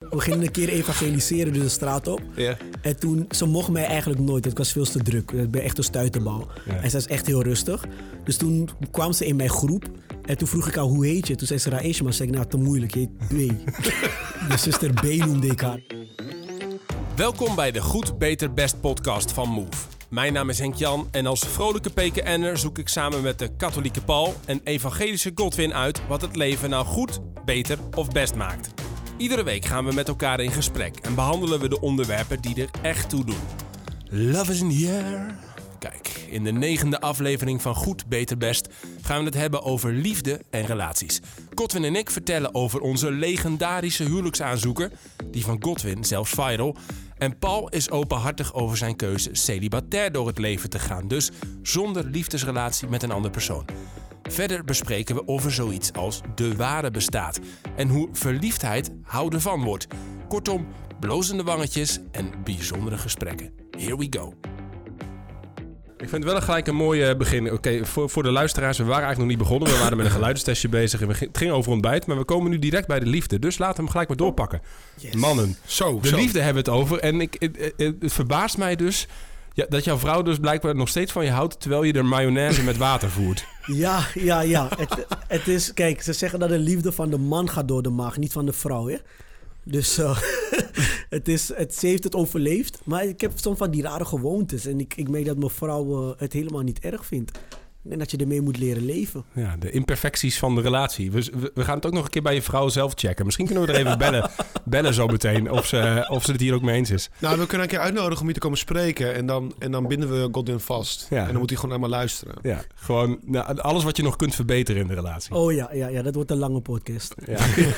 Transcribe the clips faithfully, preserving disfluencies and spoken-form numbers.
We gingen een keer evangeliseren dus de straat op. Ja. En toen, ze mocht mij eigenlijk nooit. Het was veel te druk. Ik ben echt een stuiterbal. Ja. En ze is echt heel rustig. Dus toen kwam ze in mijn groep. En toen vroeg ik haar, hoe heet je? Toen zei ze Raeshma. Toen zei ik, nou, te moeilijk. Je heet B. De zuster B noemde ik haar. Welkom bij de Goed, Beter, Best podcast van Move. Mijn naam is Henk Jan en als vrolijke P K N'er zoek ik samen met de katholieke Paul en evangelische Godwin uit wat het leven nou goed, beter of best maakt. Iedere week gaan we met elkaar in gesprek en behandelen we de onderwerpen die er echt toe doen. Love is in the air. Kijk, in de negende aflevering van Goed, Beter, Best gaan we het hebben over liefde en relaties. Godwin en ik vertellen over onze legendarische huwelijksaanzoeker, die van Godwin zelfs viral. En Paul is openhartig over zijn keuze celibatair door het leven te gaan, dus zonder liefdesrelatie met een andere persoon. Verder bespreken we of er zoiets als de ware bestaat en hoe verliefdheid houden van wordt. Kortom, blozende wangetjes en bijzondere gesprekken. Here we go. Ik vind het wel gelijk een mooi begin. Oké, okay, voor, voor de luisteraars, we waren eigenlijk nog niet begonnen. We waren met een geluidstestje bezig en we, het ging over ontbijt. Maar we komen nu direct bij de liefde. Dus laten we hem gelijk maar doorpakken. Yes. Mannen, zo, de zo. liefde hebben we het over. En ik, het, het, het verbaast mij dus ja, dat jouw vrouw dus blijkbaar nog steeds van je houdt, terwijl je er mayonaise met water voert. Ja, ja, ja. Het, het is, kijk, ze zeggen dat de liefde van de man gaat door de maag, niet van de vrouw, hè. Dus uh, het is, het, ze heeft het overleefd. Maar ik heb soms van die rare gewoontes. En ik, ik merk dat mijn vrouw uh, het helemaal niet erg vindt. En dat je ermee moet leren leven. Ja, de imperfecties van de relatie. We, we, we gaan het ook nog een keer bij je vrouw zelf checken. Misschien kunnen we er even bellen, bellen zo meteen. Of ze, of ze het hier ook mee eens is. Nou, we kunnen een keer uitnodigen om hier te komen spreken. En dan, en dan binden we Godwin vast. Ja. En dan moet hij gewoon naar me luisteren. Ja, gewoon nou, alles wat je nog kunt verbeteren in de relatie. Oh ja, ja, ja dat wordt een lange podcast. Ja.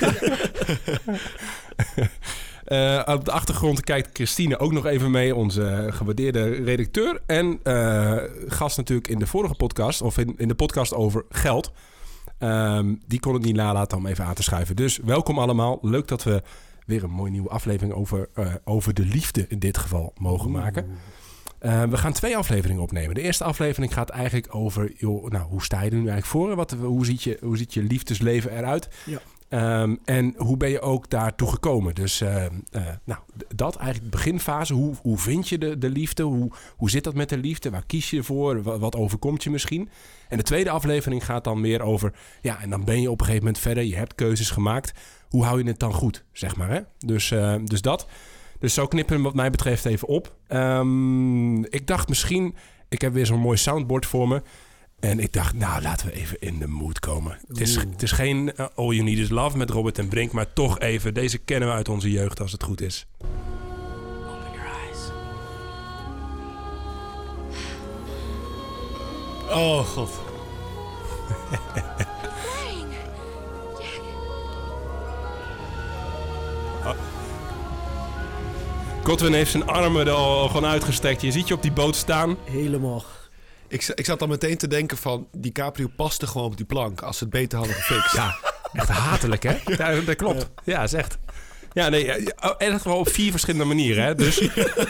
Uh, op de achtergrond kijkt Christine ook nog even mee, onze gewaardeerde redacteur. En uh, gast natuurlijk in de vorige podcast, of in, in de podcast over geld. Um, die kon het niet nalaten om even aan te schuiven. Dus welkom allemaal. Leuk dat we weer een mooie nieuwe aflevering over, uh, over de liefde in dit geval mogen maken. Uh, we gaan twee afleveringen opnemen. De eerste aflevering gaat eigenlijk over, joh, nou, hoe sta je er nu eigenlijk voor? Wat, hoe, ziet je, hoe ziet je liefdesleven eruit? Ja. Um, en hoe ben je ook daartoe gekomen? Dus uh, uh, nou, dat eigenlijk de beginfase. Hoe, hoe vind je de, de liefde? Hoe, hoe zit dat met de liefde? Waar kies je voor? Wat, wat overkomt je misschien? En de tweede aflevering gaat dan meer over, ja, en dan ben je op een gegeven moment verder. Je hebt keuzes gemaakt. Hoe hou je het dan goed, zeg maar, hè? Dus, uh, dus dat. Dus zo knippen we wat mij betreft even op. Um, ik dacht misschien, ik heb weer zo'n mooi soundboard voor me. En ik dacht, nou, laten we even in de mood komen. Het is, het is geen uh, All You Need Is Love met Robert en Brink, maar toch even. Deze kennen we uit onze jeugd als het goed is. Open your eyes. Oh, god. oh. Godwin heeft zijn armen er al gewoon uitgestrekt. Je ziet je op die boot staan. Helemaal. Ik, ik zat dan meteen te denken van, DiCaprio paste gewoon op die plank als ze het beter hadden gefixt. Ja, echt hatelijk, hè? Ja, dat klopt. Ja, is echt. Ja, nee, echt wel op vier verschillende manieren, hè? Dus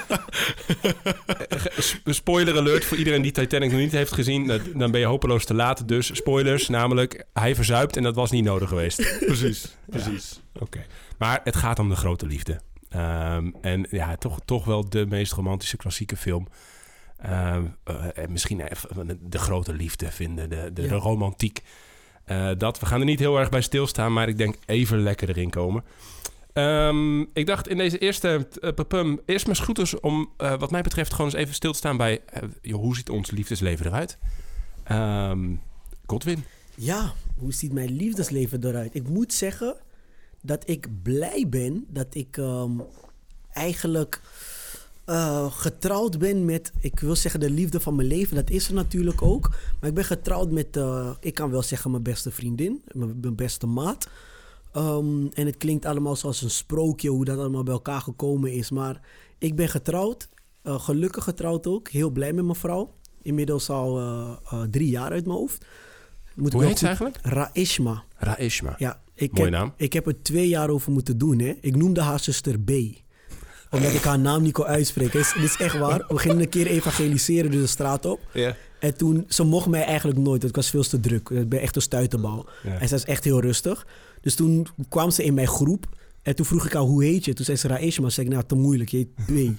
spoiler alert voor iedereen die Titanic nog niet heeft gezien. Dan ben je hopeloos te laat. Dus spoilers, namelijk hij verzuipt en dat was niet nodig geweest. Precies, precies. Ja, Oké, okay. Maar het gaat om de grote liefde. Um, en ja, toch, toch wel de meest romantische klassieke film. Uh, uh, misschien even de grote liefde vinden, de, de, ja. de romantiek. Uh, dat, we gaan er niet heel erg bij stilstaan, maar ik denk even lekker erin komen. Um, ik dacht in deze eerste uh, pum, eerst maar goed is om uh, wat mij betreft gewoon eens even stil te staan bij uh, joh, hoe ziet ons liefdesleven eruit? Um, Godwin? Ja, hoe ziet mijn liefdesleven eruit? Ik moet zeggen dat ik blij ben dat ik um, eigenlijk Uh, getrouwd ben met, ik wil zeggen de liefde van mijn leven. Dat is er natuurlijk ook. Maar ik ben getrouwd met, uh, ik kan wel zeggen mijn beste vriendin. Mijn, mijn beste maat. Um, en het klinkt allemaal zoals een sprookje hoe dat allemaal bij elkaar gekomen is. Maar ik ben getrouwd. Uh, gelukkig getrouwd ook. Heel blij met mijn vrouw. Inmiddels al uh, uh, drie jaar uit mijn hoofd. Moet hoe heet ze eigenlijk? Raeshma. Raeshma. Ja, ik Mooie heb, naam. Ik heb er twee jaar over moeten doen. Hè. Ik noemde haar zuster B. Omdat ik haar naam niet kon uitspreken. Het is, het is echt waar. We gingen een keer evangeliseren dus de straat op. Yeah. En toen, ze mocht mij eigenlijk nooit. Het was veel te druk. Ik ben echt een stuiterbal. Yeah. En ze is echt heel rustig. Dus toen kwam ze in mijn groep. En toen vroeg ik haar, hoe heet je? Toen zei ze Raishma. Zei ik, nou, te moeilijk. Je heet B.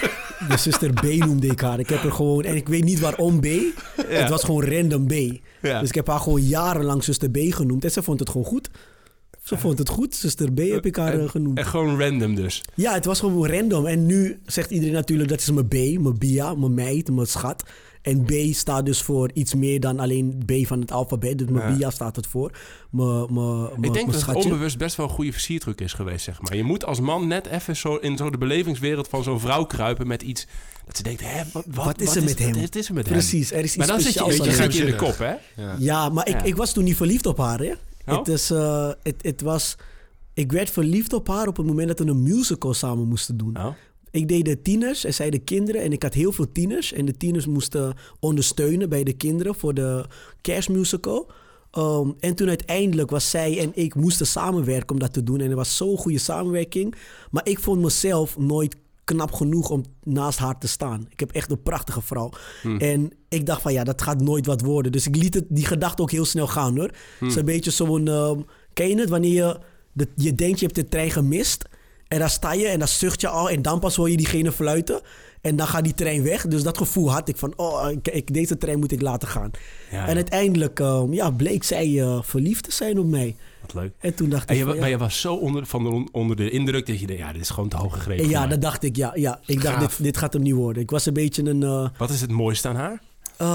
De zuster B noemde ik haar. Ik heb er gewoon... En ik weet niet waarom B. Ja. Het was gewoon random B. Ja. Dus ik heb haar gewoon jarenlang zuster B genoemd. En ze vond het gewoon goed. Ze vond het goed. Zuster B heb ik haar en, genoemd. En gewoon random dus? Ja, het was gewoon random. En nu zegt iedereen natuurlijk, dat is mijn B. Mijn Bia, mijn meid, mijn schat. En B staat dus voor iets meer dan alleen B van het alfabet. Dus mijn ja. Bia staat het voor. Mijn, mijn, mijn, ik denk dat schatje. het onbewust best wel een goede versiertruc is geweest, zeg maar. Je moet als man net even zo in zo de belevingswereld van zo'n vrouw kruipen met iets... Dat ze denkt, hè, wat, wat, wat is wat er is, met hem? Wat is er met Precies, hem? er is iets maar dan zit je, je, je gaat je in de kop, hè? Ja, ja maar ja. Ik, ik was toen niet verliefd op haar, hè? Oh? Het is, uh, het, het was... Ik werd verliefd op haar op het moment dat we een musical samen moesten doen. Oh? Ik deed de tieners en zij de kinderen. En ik had heel veel tieners. En de tieners moesten ondersteunen bij de kinderen voor de kerstmusical. Um, en toen uiteindelijk was zij en ik moesten samenwerken om dat te doen. En er was zo'n goede samenwerking. Maar ik vond mezelf nooit knap genoeg om naast haar te staan. Ik heb echt een prachtige vrouw. Hmm. En ik dacht van ja, dat gaat nooit wat worden. Dus ik liet het, die gedachte ook heel snel gaan, hoor. Hmm. Het is een beetje zo'n... Um, ken je het? Wanneer je, de, je denkt je hebt de trein gemist... En dan sta je en dan zucht je al. En dan pas hoor je diegene fluiten. En dan gaat die trein weg. Dus dat gevoel had ik van... Oh, ik, ik, deze trein moet ik laten gaan. Ja, ja. En uiteindelijk um, ja, bleek zij uh, verliefd te zijn op mij. Wat leuk. En toen dacht en ik... Je, van, maar ja. je was zo onder, van de, onder de indruk dat je dacht... Ja, dit is gewoon te hoog gegrepen. Ja, dat dacht ik. Ja, ja. Ik dacht, dit, dit gaat hem niet worden. Ik was een beetje een... Uh, wat is het mooiste aan haar?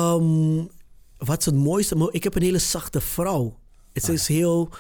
Um, wat is het mooiste? Ik heb een hele zachte vrouw. Het ah, is ja. heel...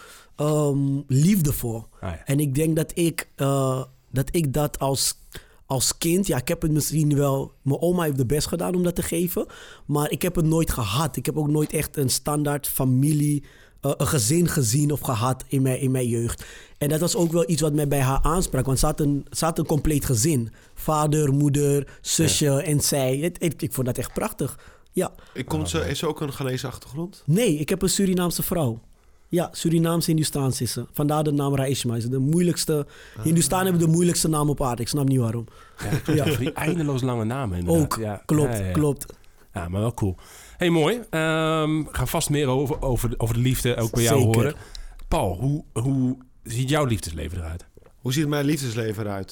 Um, liefdevol. Ah, ja. En ik denk dat ik, uh, dat, ik dat als, als kind... Ja, ik heb het misschien wel... Mijn oma heeft de best gedaan om dat te geven. Maar ik heb het nooit gehad. Ik heb ook nooit echt een standaard familie... Uh, een gezin gezien of gehad in mijn, in mijn jeugd. En dat was ook wel iets wat mij bij haar aansprak. Want ze had een, ze had een compleet gezin. Vader, moeder, zusje ja. en zij. Het, het, ik vond dat echt prachtig. Ja. Komt ze, heeft ze ook een Ghanese achtergrond? Nee, ik heb een Surinaamse vrouw. Ja, Surinaamse Hindustaans is ze. Vandaar de naam Raishma. Is de moeilijkste... Ah. Hindustanen hebben de moeilijkste naam op aarde. Ik snap niet waarom. Ja, ja. Die eindeloos lange namen inderdaad. Ook, ja. klopt, ja, ja. klopt. Ja, maar wel cool. Hey, mooi. Um, we gaan vast meer over, over, over de liefde ook bij jou Zeker. horen. Paul, hoe, hoe ziet jouw liefdesleven eruit? Hoe ziet mijn liefdesleven eruit?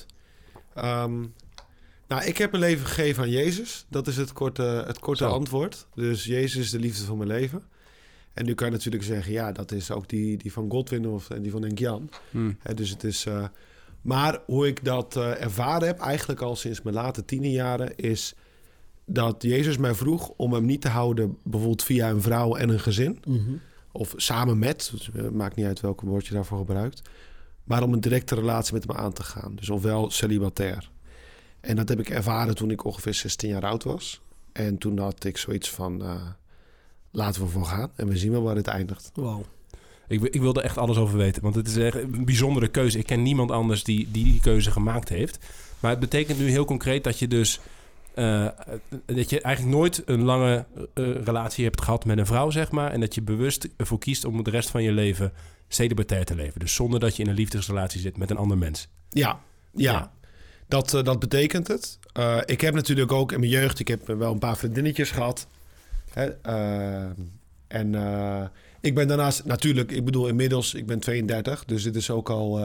Um, nou, ik heb mijn leven gegeven aan Jezus. Dat is het korte, het korte antwoord. Dus Jezus is de liefde van mijn leven. En nu kan je natuurlijk zeggen, ja, dat is ook die, die van Godwin of en die van Enkjan. Hmm. He, dus het is... Uh, maar hoe ik dat uh, ervaren heb, eigenlijk al sinds mijn late tienerjaren, is dat Jezus mij vroeg om hem niet te houden, bijvoorbeeld via een vrouw en een gezin. Mm-hmm. Of samen met, dus, uh, maakt niet uit welk woord je daarvoor gebruikt. Maar om een directe relatie met hem aan te gaan. Dus ofwel celibatair. En dat heb ik ervaren toen ik ongeveer zestien jaar oud was. En toen had ik zoiets van... Uh, laten we voor gaan en we zien wel waar het eindigt. Wow. Ik, ik wil er echt alles over weten, want het is echt een bijzondere keuze. Ik ken niemand anders die die, die keuze gemaakt heeft. Maar het betekent nu heel concreet dat je dus... Uh, dat je eigenlijk nooit een lange uh, relatie hebt gehad met een vrouw, zeg maar. En dat je bewust ervoor kiest om de rest van je leven celibatair te leven. Dus zonder dat je in een liefdesrelatie zit met een ander mens. Ja, ja. ja. Dat, uh, dat betekent het. Uh, ik heb natuurlijk ook in mijn jeugd... Ik heb wel een paar vriendinnetjes gehad... He, uh, en uh, ik ben daarnaast natuurlijk, ik bedoel inmiddels, ik ben tweeëndertig, dus dit is ook al, uh,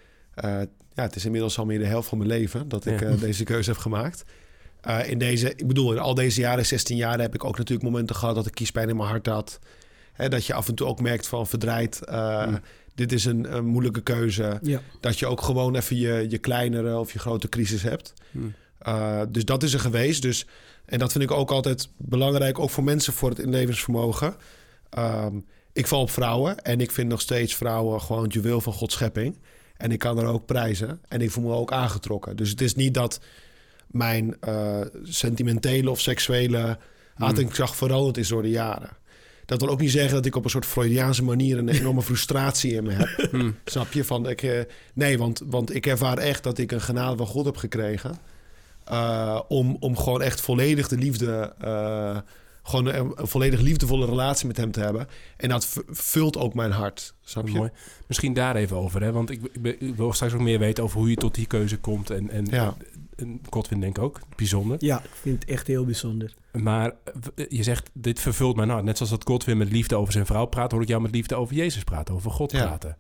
uh, ja, het is inmiddels al meer de helft van mijn leven dat ik uh, deze keuze heb gemaakt. Uh, in deze, ik bedoel, in al deze jaren, zestien jaar, heb ik ook natuurlijk momenten gehad dat ik kiespijn in mijn hart had. He, dat je af en toe ook merkt van verdraaid, uh, mm. dit is een, een moeilijke keuze. Ja. Dat je ook gewoon even je, je kleinere of je grote crisis hebt. Mm. Uh, dus dat is er geweest, dus... En dat vind ik ook altijd belangrijk, ook voor mensen voor het inlevingsvermogen. Um, ik val op vrouwen en ik vind nog steeds vrouwen gewoon het juweel van Gods schepping. En ik kan er ook prijzen en ik voel me ook aangetrokken. Dus het is niet dat mijn uh, sentimentele of seksuele aantrekkingskracht veranderd is door de jaren. Dat wil ook niet zeggen dat ik op een soort Freudiaanse manier een enorme frustratie in me heb. Hmm. Snap je? Van, ik, uh, nee, want, want ik ervaar echt dat ik een genade van God heb gekregen. Uh, om, om gewoon echt volledig de liefde... Uh, gewoon een, een volledig liefdevolle relatie met hem te hebben. En dat v- vult ook mijn hart. Snap je? Mooi. Misschien daar even over, hè? Want ik, ik, ik wil straks ook meer weten over hoe je tot die keuze komt. En, en, ja. en Godwin denk ik ook. Bijzonder. Ja, ik vind het echt heel bijzonder. Maar je zegt, dit vervult mijn hart. Net zoals dat Godwin met liefde over zijn vrouw praat, hoor ik jou met liefde over Jezus praten, over God ja. praten.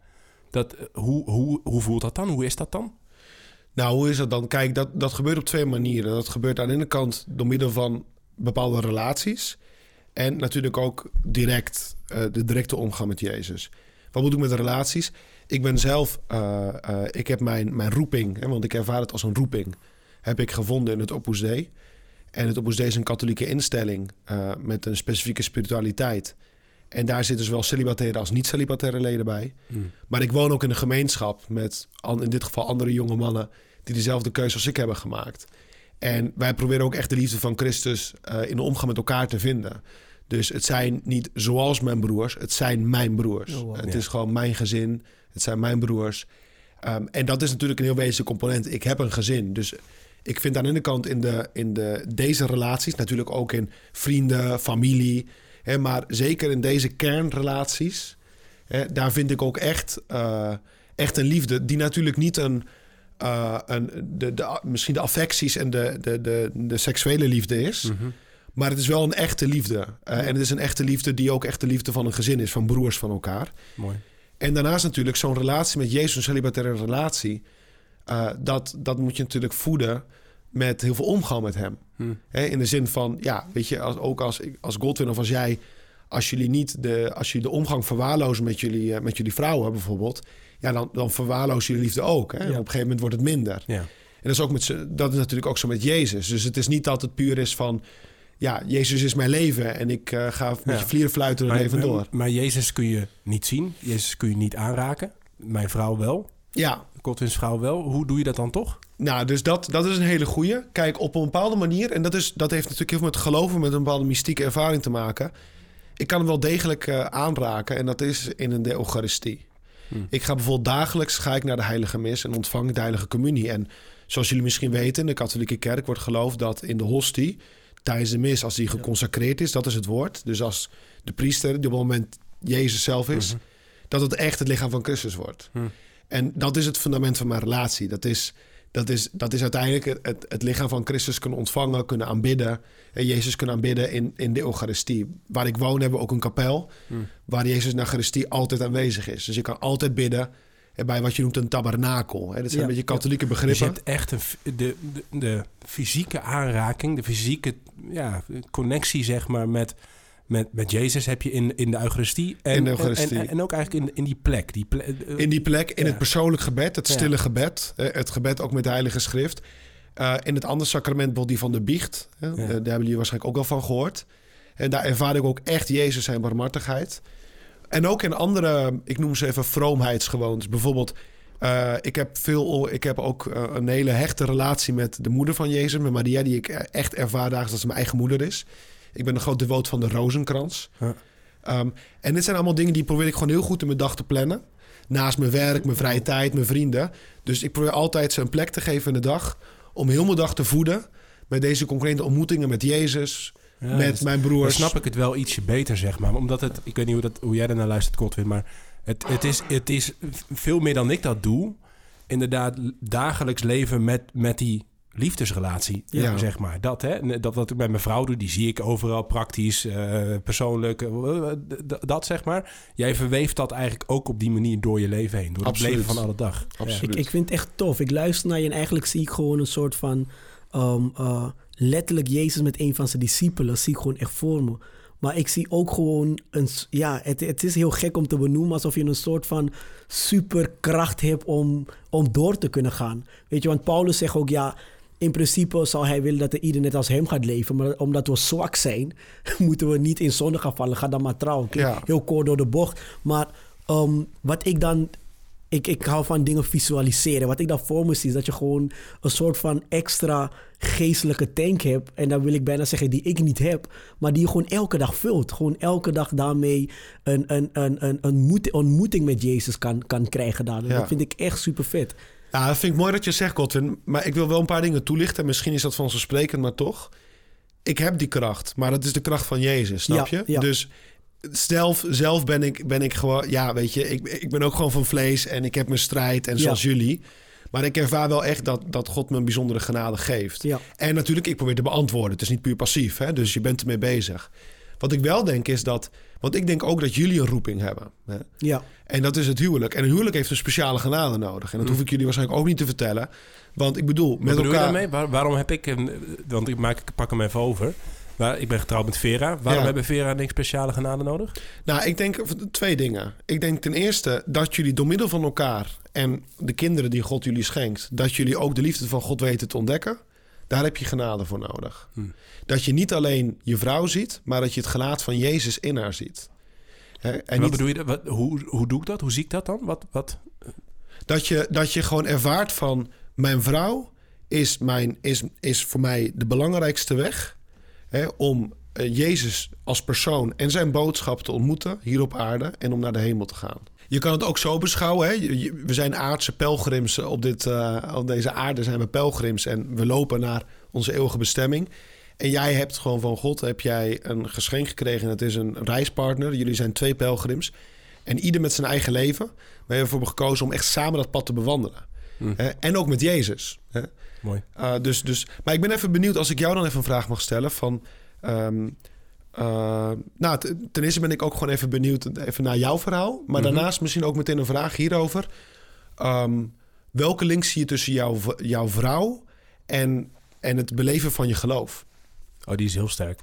Dat, hoe, hoe, hoe voelt dat dan? Hoe is dat dan? Nou, hoe is dat dan? Kijk, dat, dat gebeurt op twee manieren. Dat gebeurt aan de ene kant door middel van bepaalde relaties. En natuurlijk ook direct uh, de directe omgang met Jezus. Wat bedoel ik met relaties? Ik ben zelf, uh, uh, ik heb mijn, mijn roeping, hè, want ik ervaar het als een roeping, heb ik gevonden in het Opus Dei. En het Opus Dei is een katholieke instelling uh, met een specifieke spiritualiteit. En daar zitten zowel celibataire als niet-celibataire leden bij. Mm. Maar ik woon ook in een gemeenschap met in dit geval andere jonge mannen die dezelfde keuze als ik hebben gemaakt. En wij proberen ook echt de liefde van Christus uh, in de omgang met elkaar te vinden. Dus het zijn niet zoals mijn broers, het zijn mijn broers. Oh, wow. Het ja. is gewoon mijn gezin, het zijn mijn broers. Um, en dat is natuurlijk een heel wezenlijke component. Ik heb een gezin, dus ik vind aan de ene kant in, de, in de, deze relaties, natuurlijk ook in vrienden, familie, hè, maar zeker in deze kernrelaties, hè, daar vind ik ook echt, uh, echt een liefde die natuurlijk niet een, uh, een de, de, misschien de affecties en de, de, de, de seksuele liefde is. Mm-hmm. Maar het is wel een echte liefde. Uh, ja. En het is een echte liefde die ook echt de liefde van een gezin is, van broers van elkaar. Mooi. En daarnaast natuurlijk zo'n relatie met Jezus, een celibataire relatie, Uh, dat, dat moet je natuurlijk voeden met heel veel omgang met hem. Hmm. He, in de zin van, ja, weet je, als, ook als, als Godwin of als jij, als jullie niet de, als jullie de omgang verwaarlozen met jullie, uh, met jullie vrouwen bijvoorbeeld, ja, dan, dan verwaarloos jullie liefde ook. Hè? Ja. Op een gegeven moment wordt het minder. Ja. En dat is, ook met, dat is natuurlijk ook zo met Jezus. Dus het is niet dat het puur is van, ja, Jezus is mijn leven en ik uh, ga met ja. je vlieren fluiten er even door. Maar Jezus kun je niet zien, Jezus kun je niet aanraken. Mijn vrouw wel. Ja. Godwins vrouw wel. Hoe doe je dat dan toch? Nou, dus dat, dat is een hele goeie. Kijk, op een bepaalde manier, en dat, is, dat heeft natuurlijk heel veel met geloven, met een bepaalde mystieke ervaring te maken. Ik kan hem wel degelijk uh, aanraken en dat is in de Eucharistie. Hmm. Ik ga bijvoorbeeld dagelijks ga ik naar de Heilige Mis en ontvang ik de Heilige Communie. En zoals jullie misschien weten, in de katholieke kerk wordt geloofd dat in de hostie, tijdens de mis, als die geconsacreerd is, dat is het woord. Dus als de priester, die op het moment Jezus zelf is, mm-hmm. dat het echt het lichaam van Christus wordt. Hmm. En dat is het fundament van mijn relatie. Dat is, dat is, dat is uiteindelijk het, het lichaam van Christus kunnen ontvangen, kunnen aanbidden. En Jezus kunnen aanbidden in, in de Eucharistie. Waar ik woon hebben we ook een kapel, hmm. waar Jezus in de Eucharistie altijd aanwezig is. Dus je kan altijd bidden bij wat je noemt een tabernakel. Dat zijn ja, een beetje katholieke ja. begrippen. Dus je hebt echt een, de, de, de fysieke aanraking, de fysieke ja, connectie zeg maar met... Met, met Jezus heb je in, in de Eucharistie. En, in de Eucharistie. En, en, en ook eigenlijk in, in die plek. Die plek uh, in die plek, in ja. het persoonlijk gebed, het stille ja. gebed. Uh, het gebed ook met de Heilige Schrift. Uh, in het andere sacrament, bijvoorbeeld die van de biecht. Uh, ja. uh, daar hebben jullie waarschijnlijk ook wel van gehoord. En daar ervaar ik ook echt Jezus zijn barmhartigheid. En ook in andere, ik noem ze even vroomheidsgewoontes. Bijvoorbeeld, uh, ik heb veel, ik heb ook uh, een hele hechte relatie met de moeder van Jezus, met Maria, die ik echt ervaar dagelijks dat ze mijn eigen moeder is. Ik ben een groot devoot van de rozenkrans. Ja. Um, en dit zijn allemaal dingen die probeer ik gewoon heel goed in mijn dag te plannen. Naast mijn werk, mijn vrije tijd, mijn vrienden. Dus ik probeer altijd ze een plek te geven in de dag om heel mijn dag te voeden met deze concrete ontmoetingen met Jezus, ja, met dus, mijn broers. Dan snap ik het wel ietsje beter, zeg maar. Omdat het, ik weet niet hoe, dat, hoe jij daarnaar luistert, Godwin, maar het, het, is, het is veel meer dan ik dat doe. Inderdaad, dagelijks leven met, met die liefdesrelatie, ja. zeg maar. Dat, hè? Dat wat ik met mijn vrouw doe, die zie ik overal praktisch, uh, persoonlijk. Uh, d- dat, zeg maar. Jij verweeft dat eigenlijk ook op die manier door je leven heen. Door Absoluut. het leven van alle dag. Absoluut. Ik, ik vind het echt tof. Ik luister naar je en eigenlijk zie ik gewoon een soort van... Um, uh, letterlijk Jezus met een van zijn discipelen zie ik gewoon echt voor me. Maar ik zie ook gewoon... een ja, het, het is heel gek om te benoemen, alsof je een soort van superkracht hebt om, om door te kunnen gaan. Weet je, want Paulus zegt ook, ja... In principe zou hij willen dat er ieder net als hem gaat leven. Maar omdat we zwak zijn, moeten we niet in zonde gaan vallen. Ga dan maar trouwen. Ja. Heel kort door de bocht. Maar um, wat ik dan... Ik, ik hou van dingen visualiseren. Wat ik dan voor me zie, is dat je gewoon een soort van extra geestelijke tank hebt. En dan wil ik bijna zeggen, die ik niet heb. Maar die je gewoon elke dag vult. Gewoon elke dag daarmee een, een, een, een, een moed, ontmoeting met Jezus kan, kan krijgen. Daar. Ja. Dat vind ik echt super vet. Ja, dat vind ik mooi dat je zegt, Godwin. Maar ik wil wel een paar dingen toelichten. Misschien is dat vanzelfsprekend, maar toch. Ik heb die kracht, maar dat is de kracht van Jezus, snap je? Ja, ja. Dus zelf, zelf ben, ik, ben ik gewoon... Ja, weet je, ik, ik ben ook gewoon van vlees en ik heb mijn strijd en zoals ja. jullie. Maar ik ervaar wel echt dat, dat God me een bijzondere genade geeft. Ja. En natuurlijk, ik probeer te beantwoorden. Het is niet puur passief, hè? Dus je bent ermee bezig. Wat ik wel denk is dat... Want ik denk ook dat jullie een roeping hebben. Hè? Ja. En dat is het huwelijk. En een huwelijk heeft een speciale genade nodig. En dat Mm. hoef ik jullie waarschijnlijk ook niet te vertellen. Want ik bedoel, met Wat bedoel elkaar... je daarmee? Waar, waarom heb ik... Een, want ik, maak, ik pak hem even over. Waar, ik ben getrouwd met Vera. Waarom Ja. hebben Vera en ik speciale genade nodig? Nou, ik denk twee dingen. Ik denk ten eerste dat jullie door middel van elkaar... en de kinderen die God jullie schenkt... dat jullie ook de liefde van God weten te ontdekken. Daar heb je genade voor nodig. Hm. Dat je niet alleen je vrouw ziet... maar dat je het gelaat van Jezus in haar ziet. Hè? En En wat niet bedoel je? Wat, hoe, hoe doe ik dat? Hoe zie ik dat dan? Wat, wat? dat, je, dat je gewoon ervaart van... mijn vrouw is, mijn, is, is voor mij de belangrijkste weg... Hè, om uh, Jezus als persoon en zijn boodschap te ontmoeten... hier op aarde en om naar de hemel te gaan. Je kan het ook zo beschouwen. Hè? Je- je- We zijn aardse pelgrims op, dit, uh, op deze aarde zijn we pelgrims... en we lopen naar onze eeuwige bestemming... En jij hebt gewoon van God heb jij een geschenk gekregen. En dat is een reispartner. Jullie zijn twee pelgrims. En ieder met zijn eigen leven. We hebben ervoor gekozen om echt samen dat pad te bewandelen. Hm. Hè? En ook met Jezus. Hè? Mooi. Uh, dus, dus, maar ik ben even benieuwd als ik jou dan even een vraag mag stellen. Van, um, uh, nou, t- ten eerste ben ik ook gewoon even benieuwd even naar jouw verhaal. Maar Mhm. daarnaast misschien ook meteen een vraag hierover. Um, welke link zie je tussen jouw, v- jouw vrouw en, en het beleven van je geloof? Oh, die is heel sterk.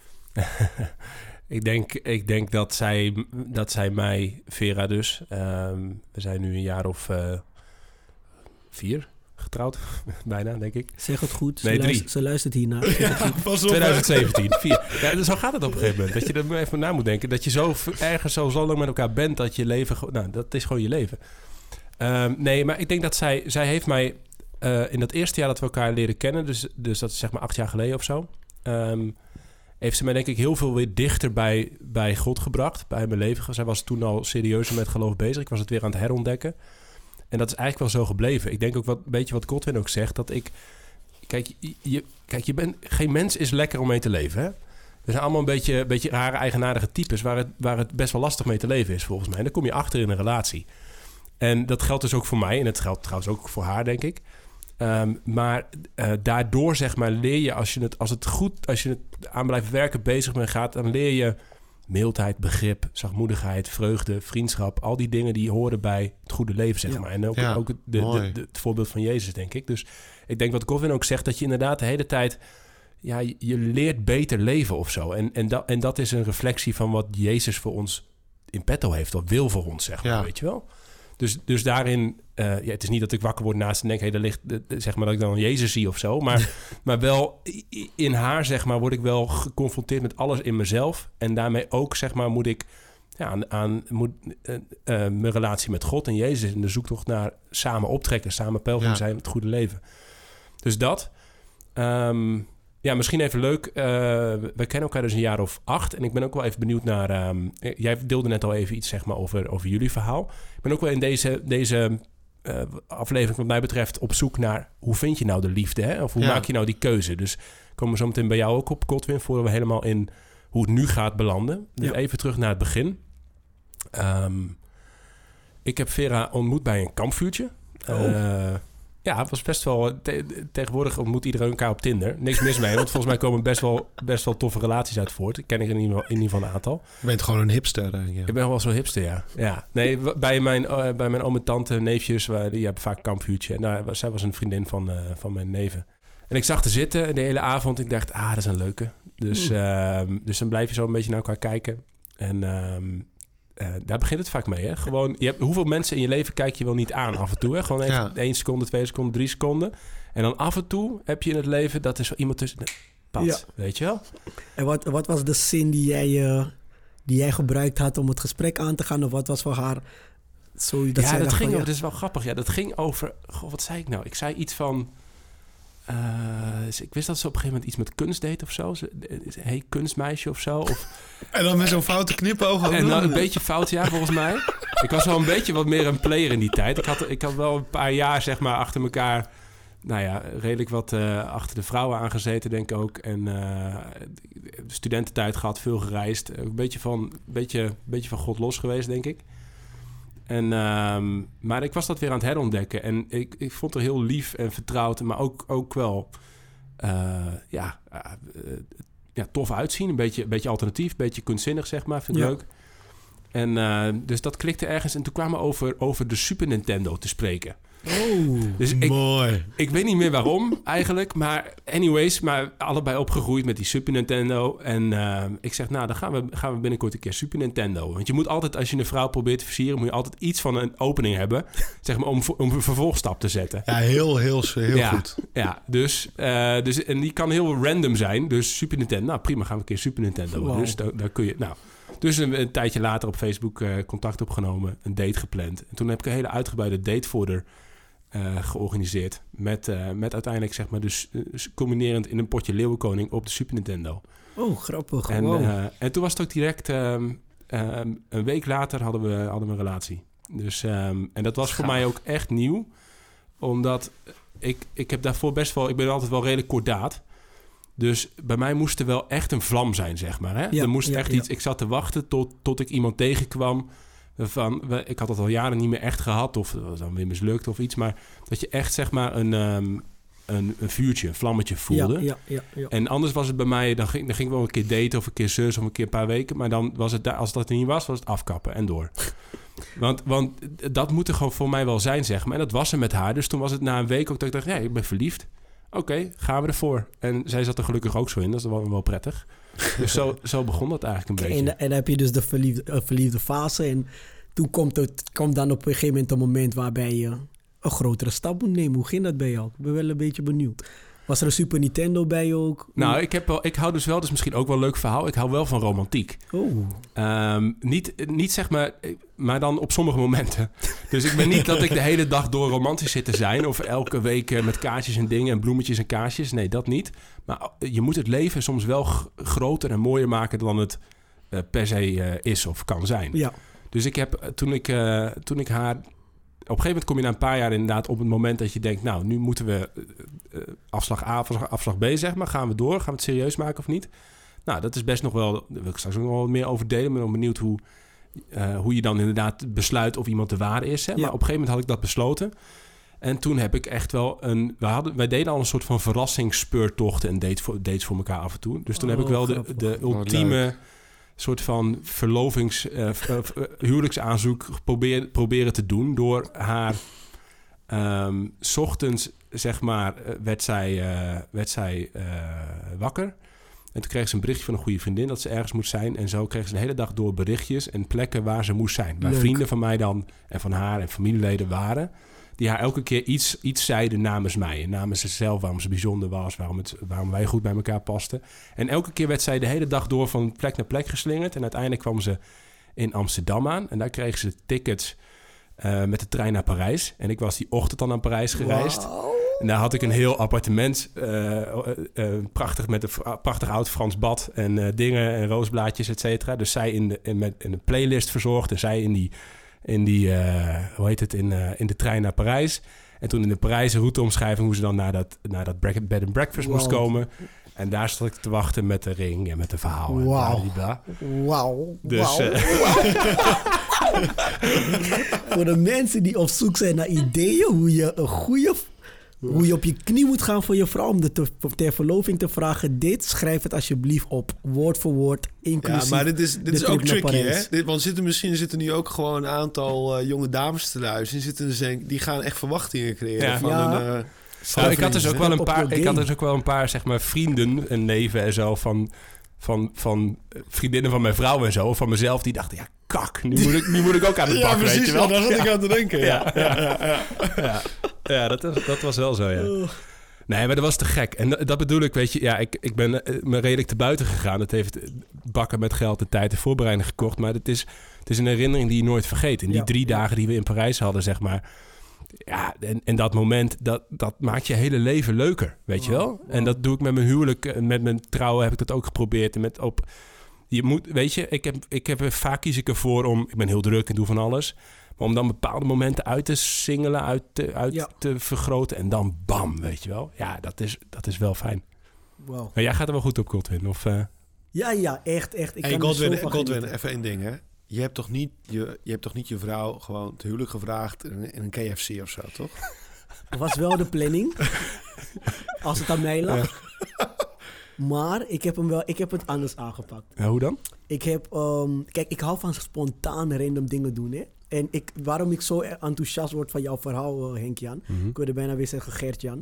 ik, denk, ik denk dat zij, dat zij mij, Vera dus... Um, we zijn nu een jaar of uh, vier getrouwd. Bijna, denk ik. Zeg het goed. Nee, ze, drie. luistert, ze luistert hiernaar. Zeg het goed. Pas op, twintig zeventien, vier. Ja, dus zo gaat het op een gegeven moment. Dat je er even na moet denken. Dat je zo v- ergens zo, zo lang met elkaar bent... dat je leven... gewoon- Nou, dat is gewoon je leven. Um, nee, maar ik denk dat zij... Zij heeft mij uh, in dat eerste jaar dat we elkaar leren kennen... dus, dus dat is zeg maar acht jaar geleden of zo... Um, heeft ze mij denk ik heel veel weer dichter bij, bij God gebracht. Bij mijn leven. Zij was toen al serieuzer met geloof bezig. Ik was het weer aan het herontdekken. En dat is eigenlijk wel zo gebleven. Ik denk ook wat, een beetje wat Godwin ook zegt. Dat ik... Kijk, je, kijk, je bent, geen mens is lekker om mee te leven, hè? We zijn allemaal een beetje, een beetje rare, eigenaardige types... Waar het, waar het best wel lastig mee te leven is, volgens mij. En dan kom je achter in een relatie. En dat geldt dus ook voor mij. En het geldt trouwens ook voor haar, denk ik. Um, maar uh, daardoor, zeg maar, leer je... Als je het, als het goed, als je het aan blijft werken, bezig mee gaat... dan leer je mildheid, begrip, zachtmoedigheid, vreugde, vriendschap... al die dingen die horen bij het goede leven, zeg Ja. maar. En ook, Ja, ook het, de, de, de, het voorbeeld van Jezus, denk ik. Dus ik denk wat Godwin ook zegt... dat je inderdaad de hele tijd... ja, je, je leert beter leven of zo. En, en, dat, en dat is een reflectie van wat Jezus voor ons in petto heeft... of wil voor ons, zeg maar, Ja. weet je wel? Dus, dus daarin... Uh, ja, het is niet dat ik wakker word naast en denk... Hey, daar ligt, de, de, zeg maar dat ik dan Jezus zie of zo. Maar, maar wel in haar, zeg maar, word ik wel geconfronteerd met alles in mezelf. En daarmee ook, zeg maar, moet ik... Ja, aan, aan moet, uh, uh, mijn relatie met God en Jezus... en de zoektocht naar samen optrekken... samen pelgrim Ja. zijn met het goede leven. Dus dat... Um, ja, misschien even leuk. Uh, we kennen elkaar dus een jaar of acht. En ik ben ook wel even benieuwd naar... Um, jij deelde net al even iets, zeg maar, over, over jullie verhaal. Ik ben ook wel in deze... deze Uh, aflevering wat mij betreft op zoek naar... hoe vind je nou de liefde, hè? Of hoe Ja. maak je nou die keuze? Dus komen we zo meteen bij jou ook op, Godwin... voor we helemaal in hoe het nu gaat belanden. Dus Ja. even terug naar het begin. Um, ik heb Vera ontmoet bij een kampvuurtje. Oh. Uh, ja, het was best wel... Te- tegenwoordig ontmoet iedereen elkaar op Tinder. Niks mis mee, want volgens mij komen best wel, best wel toffe relaties uit voort. Ik ken er in ieder geval, in ieder geval een aantal. Je bent gewoon een hipster. uh, ja. Ik ben wel zo hipster, ja. ja. Nee, w- bij mijn, uh, bij mijn oom en tante, neefjes, waar, die hebben vaak een kampvuurtje. En daar, was- zij was een vriendin van, uh, van mijn neven. En ik zag haar zitten de hele avond. Ik dacht, ah, dat is een leuke. Dus, uh, dus dan blijf je zo een beetje naar elkaar kijken. En um, uh, daar begint het vaak mee, hè. Gewoon, je hebt, hoeveel mensen in je leven kijk je wel niet aan af en toe, hè? Gewoon even Ja. één seconde, twee seconden, drie seconden. En dan af en toe heb je in het leven, dat is zo iemand tussen... Pad, Ja. weet je wel? En wat, wat was de zin die jij, uh, die jij gebruikt had om het gesprek aan te gaan? Of wat was voor haar zo dat ja, zij dat dacht ging van, over, ja, dat is wel grappig. Ja, dat ging over... Goh, wat zei ik nou? Ik zei iets van... Uh, ik wist dat ze op een gegeven moment iets met kunst deed of zo. Ze, hey, kunstmeisje of zo. Of, En dan met zo'n foute knipoog. ook en nog. dan een beetje fout, ja, volgens mij. Ik was wel een beetje wat meer een player in die tijd. Ik had, ik had wel een paar jaar, zeg maar, achter elkaar... Nou ja, redelijk wat uh, achter de vrouwen aangezeten, denk ik ook. En uh, studententijd gehad, veel gereisd. Een beetje van, beetje, beetje van God los geweest, denk ik. En, um, maar ik was dat weer aan het herontdekken. En ik, ik vond het heel lief en vertrouwd. Maar ook, ook wel... Uh, ja, uh, ja, tof uitzien. Een beetje, een beetje alternatief, een beetje kunstzinnig, zeg maar. Vind ik Ja. leuk. En uh, dus dat klikte ergens. En toen kwamen we over, over de Super Nintendo te spreken. Oh, Dus ik, Mooi. ik weet niet meer waarom eigenlijk. Maar anyways, maar allebei opgegroeid met die Super Nintendo. En uh, ik zeg, nou, dan gaan we, gaan we binnenkort een keer Super Nintendo. Want je moet altijd, als je een vrouw probeert te versieren... moet je altijd iets van een opening hebben. Zeg maar, om, om een vervolgstap te zetten. Ja, heel, heel, heel ja, goed. Ja, dus, uh, dus... En die kan heel random zijn. Dus Super Nintendo. Nou, prima, gaan we een keer Super Nintendo. Wow. Dus daar, daar kun je... Nou, dus een, een tijdje later op Facebook uh, contact opgenomen. Een date gepland. En toen heb ik een hele uitgebreide datevorder... Uh, georganiseerd. Met, uh, met uiteindelijk, zeg maar, dus uh, combinerend in een potje Leeuwenkoning op de Super Nintendo. Oh, grappig. En, Wow. uh, en toen was het ook direct... Um, um, een week later hadden we, hadden we een relatie. Dus, um, en dat was voor Gaaf. mij ook echt nieuw. Omdat ik, ik heb daarvoor best wel... Ik ben altijd wel redelijk kordaat. Dus bij mij moest er wel echt een vlam zijn, zeg maar. Hè? Ja, er moest ja, echt ja. iets... Ik zat te wachten tot, tot ik iemand tegenkwam... Van, ik had het al jaren niet meer echt gehad... of het was dan weer mislukt of iets... maar dat je echt, zeg maar, een, um, een, een vuurtje, een vlammetje voelde. Ja, ja, ja, ja. En anders was het bij mij... dan ging, dan ging ik wel een keer daten of een keer zus... of een keer een paar weken... maar dan was het, daar, als dat er niet was... was het afkappen en door. want, want dat moet er gewoon voor mij wel zijn, zeg maar. En dat was er met haar. Dus toen was het na een week ook dat ik dacht... ja, ik ben verliefd. Oké, okay, gaan we ervoor. En zij zat er gelukkig ook zo in. Dat is wel, wel prettig. Dus zo, zo begon dat eigenlijk een En, beetje. en dan heb je dus de verliefde, uh, verliefde fase. En toen komt, het, komt dan op een gegeven moment een moment waarbij je een grotere stap moet nemen. Hoe ging dat bij jou? Ik ben wel een beetje benieuwd. Was er een Super Nintendo bij je ook? Nou, ik, heb wel, ik hou dus wel, dat is misschien ook wel een leuk verhaal. Ik hou wel van romantiek. Oh. Um, niet, niet zeg maar, maar dan op sommige momenten. Dus ik ben niet dat ik de hele dag door romantisch zit te zijn. Of elke week met kaartjes en dingen en bloemetjes en kaarsjes. Nee, dat niet. Maar je moet het leven soms wel g- groter en mooier maken dan het uh, per se uh, is of kan zijn. Ja. Dus ik heb, toen ik, uh, toen ik haar... Op een gegeven moment kom je na een paar jaar inderdaad op het moment dat je denkt... nou, nu moeten we uh, uh, afslag A, afslag, afslag B, zeg maar. Gaan we door? Gaan we het serieus maken of niet? Nou, dat is best nog wel... Daar wil ik straks ook nog wel meer over delen. Ik ben ook benieuwd hoe, uh, hoe je dan inderdaad besluit of iemand de ware is. Hè? Ja. Maar op een gegeven moment had ik dat besloten. En toen heb ik echt wel een... We hadden, wij deden al een soort van verrassingsspeurtochten en dates voor, dates voor elkaar af en toe. Dus toen Oh, heb ik wel de, grappig. de Wat ultieme... leuk. soort van verlovings... Uh, uh, huwelijksaanzoek probeer, proberen te doen... door haar... Um, 's ochtends, zeg maar, werd zij, uh, werd zij uh, wakker. En toen kreeg ze een berichtje van een goede vriendin... dat ze ergens moest zijn. En zo kreeg ze de hele dag door berichtjes... en plekken waar ze moest zijn. Waar Leuk. vrienden van mij dan... en van haar en familieleden waren... die haar elke keer iets, iets zeiden namens mij. En namens zichzelf, waarom ze bijzonder was... Waarom, het, waarom wij goed bij elkaar pasten. En elke keer werd zij de hele dag door... van plek naar plek geslingerd. En uiteindelijk kwam ze in Amsterdam aan. En daar kreeg ze tickets... Uh, met de trein naar Parijs. En ik was die ochtend dan naar Parijs gereisd. Wow. En daar had ik een heel appartement. Uh, uh, uh, prachtig met een v- prachtig oud Frans bad. En uh, dingen en roosblaadjes, et cetera. Dus zij in de, in, met, in een playlist verzorgd. En zij in die... In die uh, hoe heet het? In, uh, in de trein naar Parijs. En toen in de Parijse routeomschrijving... hoe ze dan naar dat, naar dat bed and breakfast Wow. moest komen. En daar zat ik te wachten met de ring en met de verhaal. En Wauw. bla, Wauw. Dus, Wauw. uh, Voor de mensen die op zoek zijn naar ideeën... hoe je een goede... hoe je op je knie moet gaan voor je vrouw... om de te, ter verloving te vragen... dit, schrijf het alsjeblieft op. Woord voor woord, inclusief. Ja, maar dit is, dit de is ook trip naar tricky, hè? Parijs. Dit, want zitten, misschien zitten nu ook gewoon een aantal uh, jonge dames te luisteren. Die, zitten, dus denk- die gaan echt verwachtingen creëren Ja. van Ja. hun... Uh, Nou, ik had dus ook wel een Op paar, your ik had game. dus ook wel een paar zeg maar vrienden en neven en zo van, van, van vriendinnen van mijn vrouw en zo, of van mezelf die dachten ja kak, nu moet ik, nu moet ik ook aan de bak, weet je wel? daar zat ja. ik aan te denken. Ja, ja, ja, ja. Ja, ja dat, was, dat was wel zo, ja. Nee, maar dat was te gek. En dat, dat bedoel ik, weet je, ja, ik, ik ben uh, me redelijk te buiten gegaan. Het heeft bakken met geld, de tijd en voorbereiding gekocht, maar het is, het is een herinnering die je nooit vergeet. In die Ja. drie dagen die we in Parijs hadden, zeg maar. Ja, en, en dat moment, dat, dat maakt je hele leven leuker, weet je wel? En dat doe ik met mijn huwelijk, en met mijn trouwen heb ik dat ook geprobeerd. En met op, je moet, weet je, ik heb, ik heb vaak kies ik ervoor om, ik ben heel druk en doe van alles, maar om dan bepaalde momenten uit te singelen, uit te, uit Ja. te vergroten en dan bam, weet je wel? Ja, dat is, dat is wel fijn. Wow. Maar jij gaat er wel goed op, Godwin, of... Uh... Ja, ja, echt, echt. Ik Hey, kan er Godwin, zo van Godwin, genieten. even één ding, hè? Je hebt toch niet je, je hebt toch niet je vrouw gewoon te huwelijk gevraagd in, in een K F C of zo, toch? Was wel de planning. Als het aan mij lag. Maar ik heb, hem wel, ik heb het anders aangepakt. Ja, hoe dan? Ik heb... Um, kijk, ik hou van spontaan random dingen doen, hè. En ik, waarom ik zo enthousiast word van jouw verhaal, uh, Henk-Jan... Mm-hmm. Ik wilde bijna weer zeggen Gert-Jan.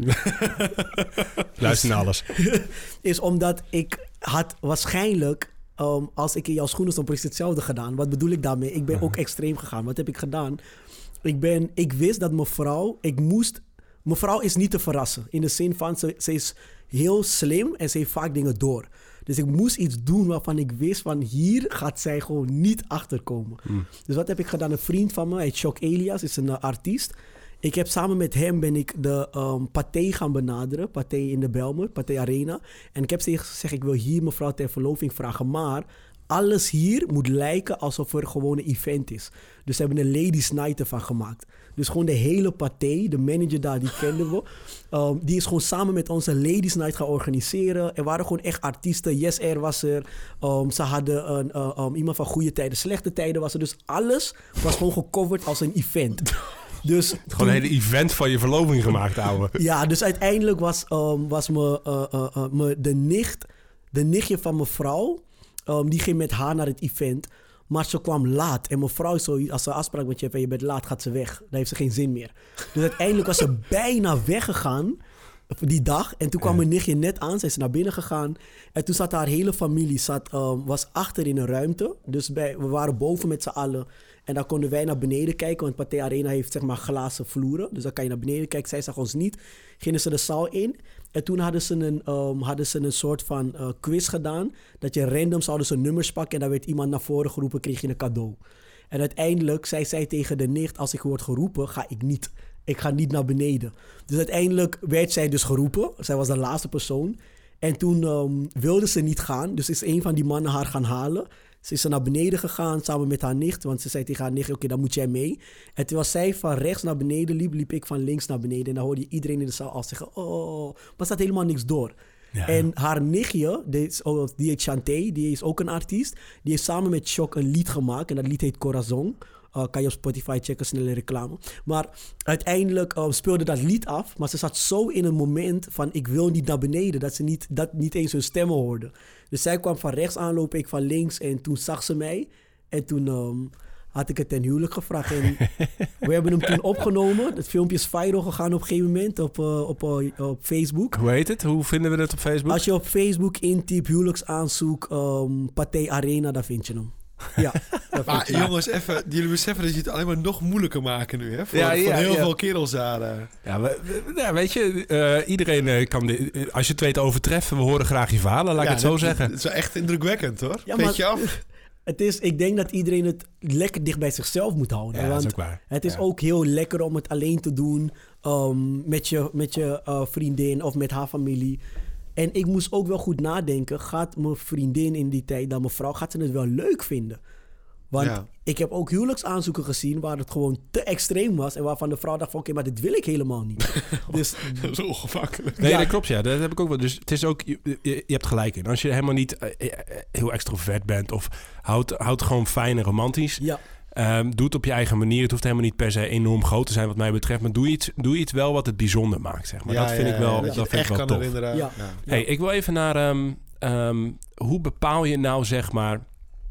Luister naar alles. Is omdat ik had waarschijnlijk... Um, als ik in jouw schoenen stond, precies hetzelfde gedaan. Wat bedoel ik daarmee? Ik ben uh-huh. ook extreem gegaan. Wat heb ik gedaan? Ik, ben, ik wist dat mijn vrouw... Ik moest... Mijn vrouw is niet te verrassen. In de zin van, ze, ze is heel slim en ze heeft vaak dingen door. Dus ik moest iets doen waarvan ik wist van... hier gaat zij gewoon niet achterkomen. Mm. Dus wat heb ik gedaan? Een vriend van me, hij heet Shock Elias, is een uh, artiest. Ik heb samen met hem ben ik de um, Pathé gaan benaderen. Pathé in de Bijlmer, Pathé Arena. En ik heb ze gezegd, ik wil hier mevrouw ter verloving vragen. Maar alles hier moet lijken alsof er gewoon een event is. Dus ze hebben een ladies night ervan gemaakt. Dus gewoon de hele Pathé, de manager daar, die kenden we. Um, die is gewoon samen met ons een ladies night gaan organiseren. Er waren gewoon echt artiesten. Yes Air was er. Um, ze hadden een, uh, um, iemand van Goede Tijden, Slechte Tijden was er. Dus alles was gewoon gecoverd als een event. Dus gewoon toen, een hele event van je verloving gemaakt, ouwe. Ja, dus uiteindelijk was, um, was me, uh, uh, uh, me de nicht, de nichtje van mijn vrouw, um, die ging met haar naar het event. Maar ze kwam laat. En mijn vrouw is zo, als ze afspraak met je heeft en je bent laat, gaat ze weg. Dan heeft ze geen zin meer. Dus uiteindelijk was ze bijna weggegaan die dag. En toen kwam ja. mijn nichtje net aan. Zij is naar binnen gegaan. En toen zat haar hele familie, zat, um, was achter in een ruimte. Dus bij, we waren boven met z'n allen. En dan konden wij naar beneden kijken. Want Pathé Arena heeft zeg maar glazen vloeren. Dus dan kan je naar beneden kijken. Zij zag ons niet. Gingen ze de zaal in. En toen hadden ze een, um, hadden ze een soort van uh, quiz gedaan. Dat je random zouden ze nummers pakken. En dan werd iemand naar voren geroepen, kreeg je een cadeau. En uiteindelijk zei zij tegen de nicht, als ik word geroepen, ga ik niet. Ik ga niet naar beneden. Dus uiteindelijk werd zij dus geroepen. Zij was de laatste persoon. En toen um, wilde ze niet gaan. Dus is een van die mannen haar gaan halen. Ze is er naar beneden gegaan samen met haar nicht. Want ze zei tegen haar nicht, oké, okay, dan moet jij mee. En terwijl zij van rechts naar beneden liep, liep ik van links naar beneden. En dan hoorde je iedereen in de zaal al zeggen, oh, maar er staat helemaal niks door. Ja. En haar nichtje, die, is, oh, die heet Chanté, die is ook een artiest. Die heeft samen met Shock een lied gemaakt. En dat lied heet Corazon. Uh, kan je op Spotify checken, snelle reclame. Maar uiteindelijk uh, speelde dat lied af. Maar ze zat zo in een moment van ik wil niet naar beneden. Dat ze niet, dat niet eens hun stemmen hoorde. Dus zij kwam van rechts aanlopen, ik van links. En toen zag ze mij. En toen um, had ik het ten huwelijk gevraagd. En we hebben hem toen opgenomen. Het filmpje is viral gegaan op een gegeven moment op, uh, op, uh, op Facebook. Hoe heet het? Hoe vinden we dat op Facebook? Als je op Facebook intypt huwelijksaanzoek um, Pathé Arena, dan vind je hem. Ja, maar jongens, even, jullie beseffen dat je het alleen maar nog moeilijker maken nu, hè? Voor, ja, ja, voor heel ja. veel kerels daar. Uh. Ja, we, we, ja, weet je, uh, iedereen uh, kan... De, als je het weet overtreffen, we horen graag je verhalen, laat ja, ik het zo dit, zeggen. Het is wel echt indrukwekkend, hoor. Ja, Weet je af? Het is, ik denk dat iedereen het lekker dicht bij zichzelf moet houden. Ja, want dat is ook waar. Het is ja. ook heel lekker om het alleen te doen um, met je, met je uh, vriendin of met haar familie. En ik moest ook wel goed nadenken, gaat mijn vriendin in die tijd, dan mijn vrouw, gaat ze het wel leuk vinden? Want ja. ik heb ook huwelijksaanzoeken gezien waar het gewoon te extreem was. En waarvan de vrouw dacht van oké, okay, maar dit wil ik helemaal niet. Dus, dat is ongemakkelijk. Nee, ja. dat klopt ja. Dat heb ik ook wel. Dus het is ook, je, je, je hebt gelijk in. Als je helemaal niet uh, heel extrovert bent of houdt houd gewoon fijn en romantisch. Ja. Um, doe het op je eigen manier. Het hoeft helemaal niet per se enorm groot te zijn wat mij betreft. Maar doe iets, doe iets wel wat het bijzonder maakt. Zeg maar. Ja, dat vind ja, ik wel, ja, dat dat vind ik wel tof. Ja. Ja. Hey, ik wil even naar... Um, um, hoe bepaal je nou zeg maar...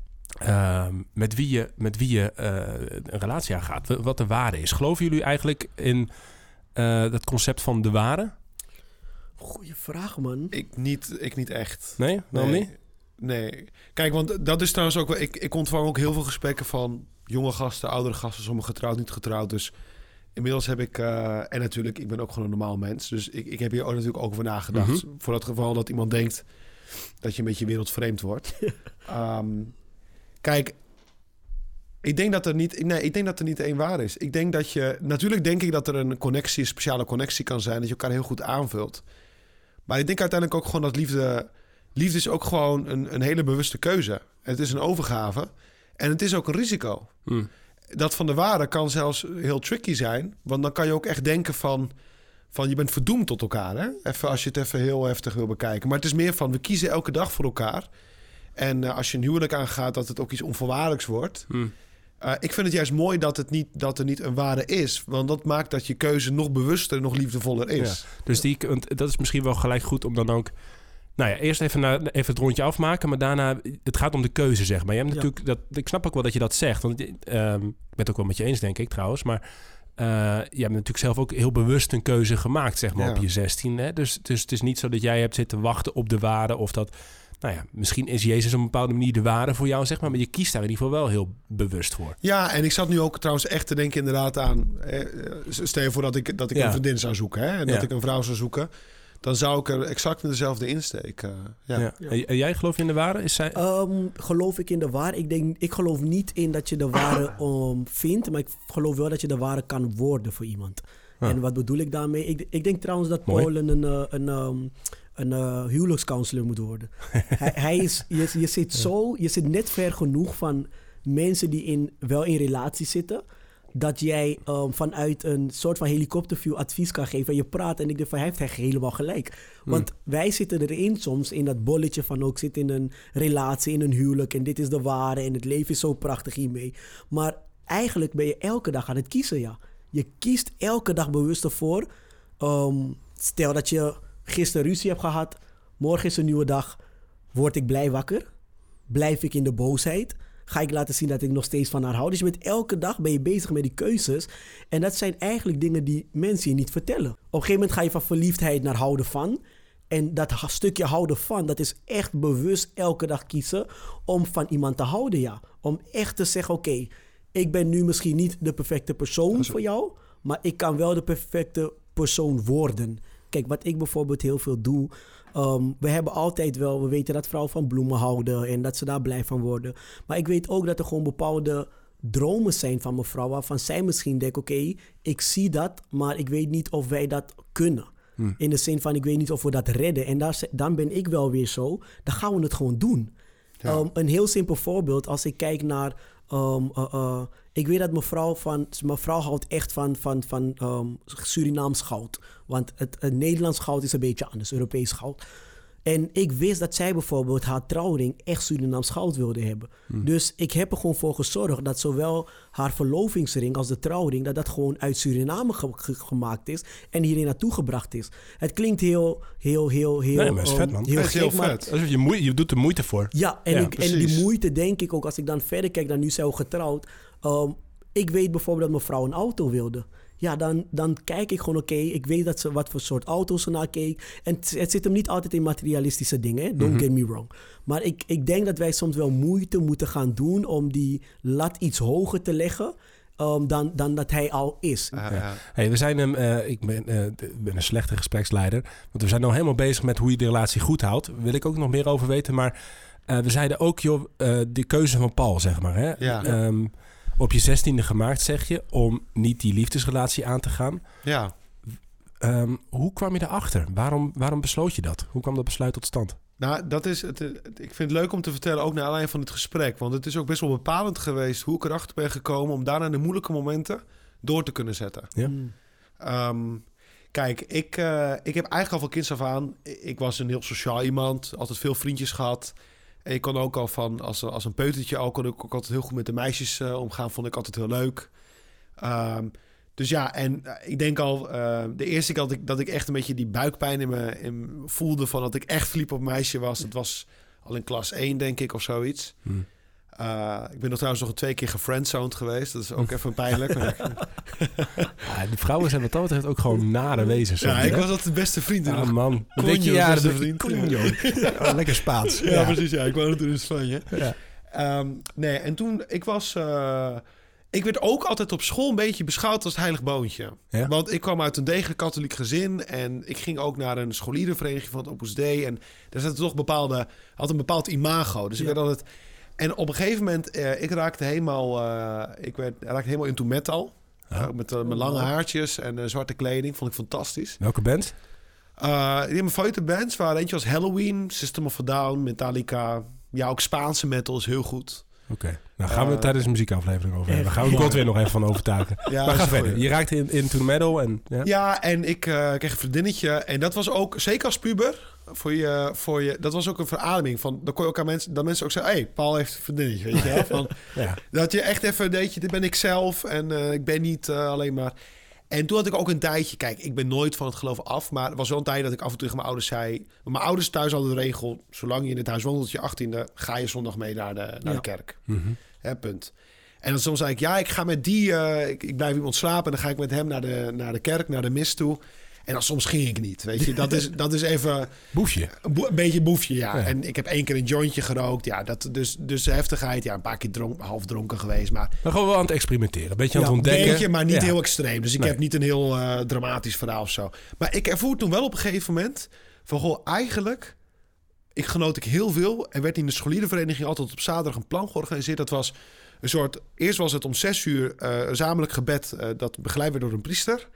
Uh, met wie je, met wie je uh, een relatie aangaat. Wat de waarde is. Geloven jullie eigenlijk in uh, dat concept van de waarde? Goeie vraag, man. Ik niet, ik niet echt. Nee? Waarom nee. niet? Nee. Kijk, want dat is trouwens ook wel... Ik, ik ontvang ook heel veel gesprekken van jonge gasten, oudere gasten, sommigen getrouwd, niet getrouwd. Dus inmiddels heb ik... Uh, en natuurlijk, ik ben ook gewoon een normaal mens. Dus ik, ik heb hier ook natuurlijk ook over nagedacht. Mm-hmm. Voor dat geval dat iemand denkt dat je een beetje wereldvreemd wordt. um, Kijk, ik denk dat er niet, nee, ik denk dat er niet één waar is. Ik denk dat je, natuurlijk denk ik dat er een connectie, een speciale connectie kan zijn, dat je elkaar heel goed aanvult. Maar ik denk uiteindelijk ook gewoon dat liefde, liefde is ook gewoon een, een hele bewuste keuze. Het is een overgave en het is ook een risico. Hmm. Dat van de waarde kan zelfs heel tricky zijn, want dan kan je ook echt denken van, van je bent verdoemd tot elkaar, hè? Even als je het even heel heftig wil bekijken. Maar het is meer van, we kiezen elke dag voor elkaar. En uh, als je een huwelijk aangaat, dat het ook iets onvoorwaardelijks wordt. Hmm. Uh, ik vind het juist mooi dat, het niet, dat er niet een waarde is. Want dat maakt dat je keuze nog bewuster, nog liefdevoller is. Ja. Dus die, dat is misschien wel gelijk goed om dan ook Nou ja, eerst even, naar, even het rondje afmaken, maar daarna, het gaat om de keuze, zeg maar. Je hebt natuurlijk, ja. dat, ik snap ook wel dat je dat zegt, want uh, ik ben het ook wel met je eens, denk ik, trouwens. Maar uh, je hebt natuurlijk zelf ook heel bewust een keuze gemaakt, zeg maar, ja. op je zestien. Hè? Dus, dus het is niet zo dat jij hebt zitten wachten op de ware of dat... Nou ja, misschien is Jezus op een bepaalde manier de ware voor jou, zeg maar. Maar je kiest daar in ieder geval wel heel bewust voor. Ja, en ik zat nu ook trouwens echt te denken inderdaad aan... Eh, stel je voor dat ik, dat ik ja. een vriendin zou zoeken, hè? En ja. dat ik een vrouw zou zoeken... dan zou ik er exact met dezelfde insteek... Uh, ja. Ja. Ja. En jij, geloof je in de ware? Is zij... um, geloof ik in de ware? Ik, denk, ik geloof niet in dat je de ware um, vindt... maar ik geloof wel dat je de ware kan worden voor iemand. Ah. En wat bedoel ik daarmee? Ik, ik denk trouwens dat Mooi. Paul een... een, een um, een uh, huwelijkscounselor moet worden. hij, hij is, je, je, zit zo, je zit net ver genoeg van mensen die in, wel in relatie zitten... dat jij um, vanuit een soort van helikopterview advies kan geven. En je praat en ik denk van, hij heeft echt helemaal gelijk. Want hmm. wij zitten erin soms in dat bolletje van... ook zit in een relatie, in een huwelijk... en dit is de ware en het leven is zo prachtig hiermee. Maar eigenlijk ben je elke dag aan het kiezen, ja. Je kiest elke dag bewust ervoor. Um, stel dat je... gisteren ruzie heb gehad, morgen is een nieuwe dag. Word ik blij wakker? Blijf ik in de boosheid? Ga ik laten zien dat ik nog steeds van haar hou? Dus je bent elke dag ben je bezig met die keuzes. En dat zijn eigenlijk dingen die mensen je niet vertellen. Op een gegeven moment ga je van verliefdheid naar houden van. En dat stukje houden van, dat is echt bewust elke dag kiezen om van iemand te houden, ja. Om echt te zeggen, oké, okay, ik ben nu misschien niet de perfecte persoon voor jou, maar ik kan wel de perfecte persoon worden. Kijk, wat ik bijvoorbeeld heel veel doe... Um, we hebben altijd wel... We weten dat vrouwen van bloemen houden... en dat ze daar blij van worden. Maar ik weet ook dat er gewoon bepaalde dromen zijn van mevrouw... waarvan zij misschien denken... oké, okay, ik zie dat... maar ik weet niet of wij dat kunnen. Hmm. In de zin van, ik weet niet of we dat redden. En daar, dan ben ik wel weer zo... dan gaan we het gewoon doen. Ja. Um, een heel simpel voorbeeld... als ik kijk naar... Um, uh, uh, ik weet dat mevrouw van... Mevrouw houdt echt van, van, van um, Surinaams goud. Want het, het Nederlands goud is een beetje anders. Europees goud. En ik wist dat zij bijvoorbeeld haar trouwring... echt Surinaams goud wilde hebben. Hmm. Dus ik heb er gewoon voor gezorgd... dat zowel haar verlovingsring als de trouwring... dat dat gewoon uit Suriname ge- ge- gemaakt is... en hierin naartoe gebracht is. Het klinkt heel, heel, heel, heel... Nee, maar het is vet, man. Heel het is heel gek, vet. Maar, je, moe- je doet er moeite voor. Ja, en, ja, ik, en die moeite denk ik ook... als ik dan verder kijk naar nu zijn we getrouwd... Um, ik weet bijvoorbeeld dat mevrouw een auto wilde... Ja, dan, dan kijk ik gewoon, oké, okay, ik weet dat ze wat voor soort auto's ze naar keek. En het, het zit hem niet altijd in materialistische dingen, hè? Don't mm-hmm. get me wrong. Maar ik, ik denk dat wij soms wel moeite moeten gaan doen om die lat iets hoger te leggen um, dan, dan dat hij al is. Uh, ja. Hey, we zijn hem, uh, ik ben, uh, ben een slechte gespreksleider, want we zijn nou helemaal bezig met hoe je de relatie goed houdt. Daar wil ik ook nog meer over weten, maar uh, we zeiden ook, joh, uh, de keuze van Paul, zeg maar, hè? Ja. Um, op je zestiende gemaakt, zeg je, om niet die liefdesrelatie aan te gaan. Ja. Um, hoe kwam je daarachter? Waarom, waarom besloot je dat? Hoe kwam dat besluit tot stand? Nou, dat is het, het, ik vind het leuk om te vertellen, ook naar aanleiding van het gesprek. Want het is ook best wel bepalend geweest hoe ik erachter ben gekomen... om daarna de moeilijke momenten door te kunnen zetten. Ja. Um, kijk, ik, uh, ik heb eigenlijk al van kinds af aan... Ik was een heel sociaal iemand, altijd veel vriendjes gehad... En ik kon ook al van, als, als een peutertje al, kon ik ook altijd heel goed met de meisjes uh, omgaan. Vond ik altijd heel leuk. Um, dus ja, en uh, ik denk al, uh, de eerste keer dat ik, dat ik echt een beetje die buikpijn in me, in voelde... van dat ik echt verliep op een meisje was. Het was al in klas één, denk ik, of zoiets. Hmm. Uh, ik ben nog trouwens nog twee keer gefriendzoned geweest. Dat is ook even pijnlijk. Ja, die vrouwen zijn wat dat betreft ook gewoon nare wezens. Ja, ik was altijd de beste vriend. Ja, man. Conjo, weet je, ja, de vriend. Conjo. Ja, lekker Spaans. Ja, ja, precies. Ja, ik woonde toen in Spanje. Ja. Um, nee, en toen, ik was... Uh, ik werd ook altijd op school een beetje beschouwd als het heilig boontje. Ja? Want ik kwam uit een degelijk katholiek gezin... en ik ging ook naar een scholierenvereniging van het Opus Dei... en daar zat toch bepaalde, had een bepaald imago. Dus ja. ik werd altijd... En op een gegeven moment, uh, ik raakte helemaal, uh, ik werd, raakte helemaal into metal. Ja. Uh, met uh, mijn lange haartjes en uh, zwarte kleding. Vond ik fantastisch. Welke band? Uh, die mijn favoriete bands waren eentje als Halloween, System of a Down, Metallica. Ja, ook Spaanse metal is heel goed. Oké, okay. Nou gaan we het uh, tijdens de muziekaflevering over hebben. Daar gaan we God weer nog even van overtuigen. Ja, maar ga verder. Goeie. Je raakte in, into metal en... Ja, ja en ik uh, kreeg een vriendinnetje. En dat was ook, zeker als puber... Voor je, voor je, dat was ook een verademing. Van, dan kon je ook aan mensen, dat mensen ook zeggen... hé, hey, Paul heeft een vriendinnetje, weet je wel? Van, ja. Dat je echt even deed je, dit ben ik zelf... en uh, ik ben niet uh, alleen maar... En toen had ik ook een tijdje... Kijk, ik ben nooit van het geloof af. Maar er was wel een tijd dat ik af en toe tegen mijn ouders zei... Mijn ouders thuis hadden de regel... Zolang je in het huis woont tot je achttiende... ga je zondag mee naar de, naar Ja. de kerk. Mm-hmm. Hè, punt. En dan soms zei ik... Ja, ik ga met die... Uh, ik, ik blijf iemand slapen... en dan ga ik met hem naar de, naar de kerk, naar de mis toe... En dan soms ging ik niet, weet je. Dat is, dat is even... Boefje. Een, boe- een beetje boefje, ja. Ja. En ik heb één keer een jointje gerookt. Ja, dat, dus, dus de heftigheid, ja, een paar keer dronk, half dronken geweest. Maar Dan gewoon wel aan het experimenteren. Een beetje aan Ja, het ontdekken. een beetje, maar niet Ja. heel extreem. Dus ik Nee. heb niet een heel uh, dramatisch verhaal of zo. Maar ik ervoer toen wel op een gegeven moment... van, goh, eigenlijk... Ik genoot ik heel veel. Er werd in de scholierenvereniging altijd op zaterdag een plan georganiseerd. Dat was een soort... Eerst was het om zes uur uh, een zamelijk gebed... Uh, dat begeleid werd door een priester...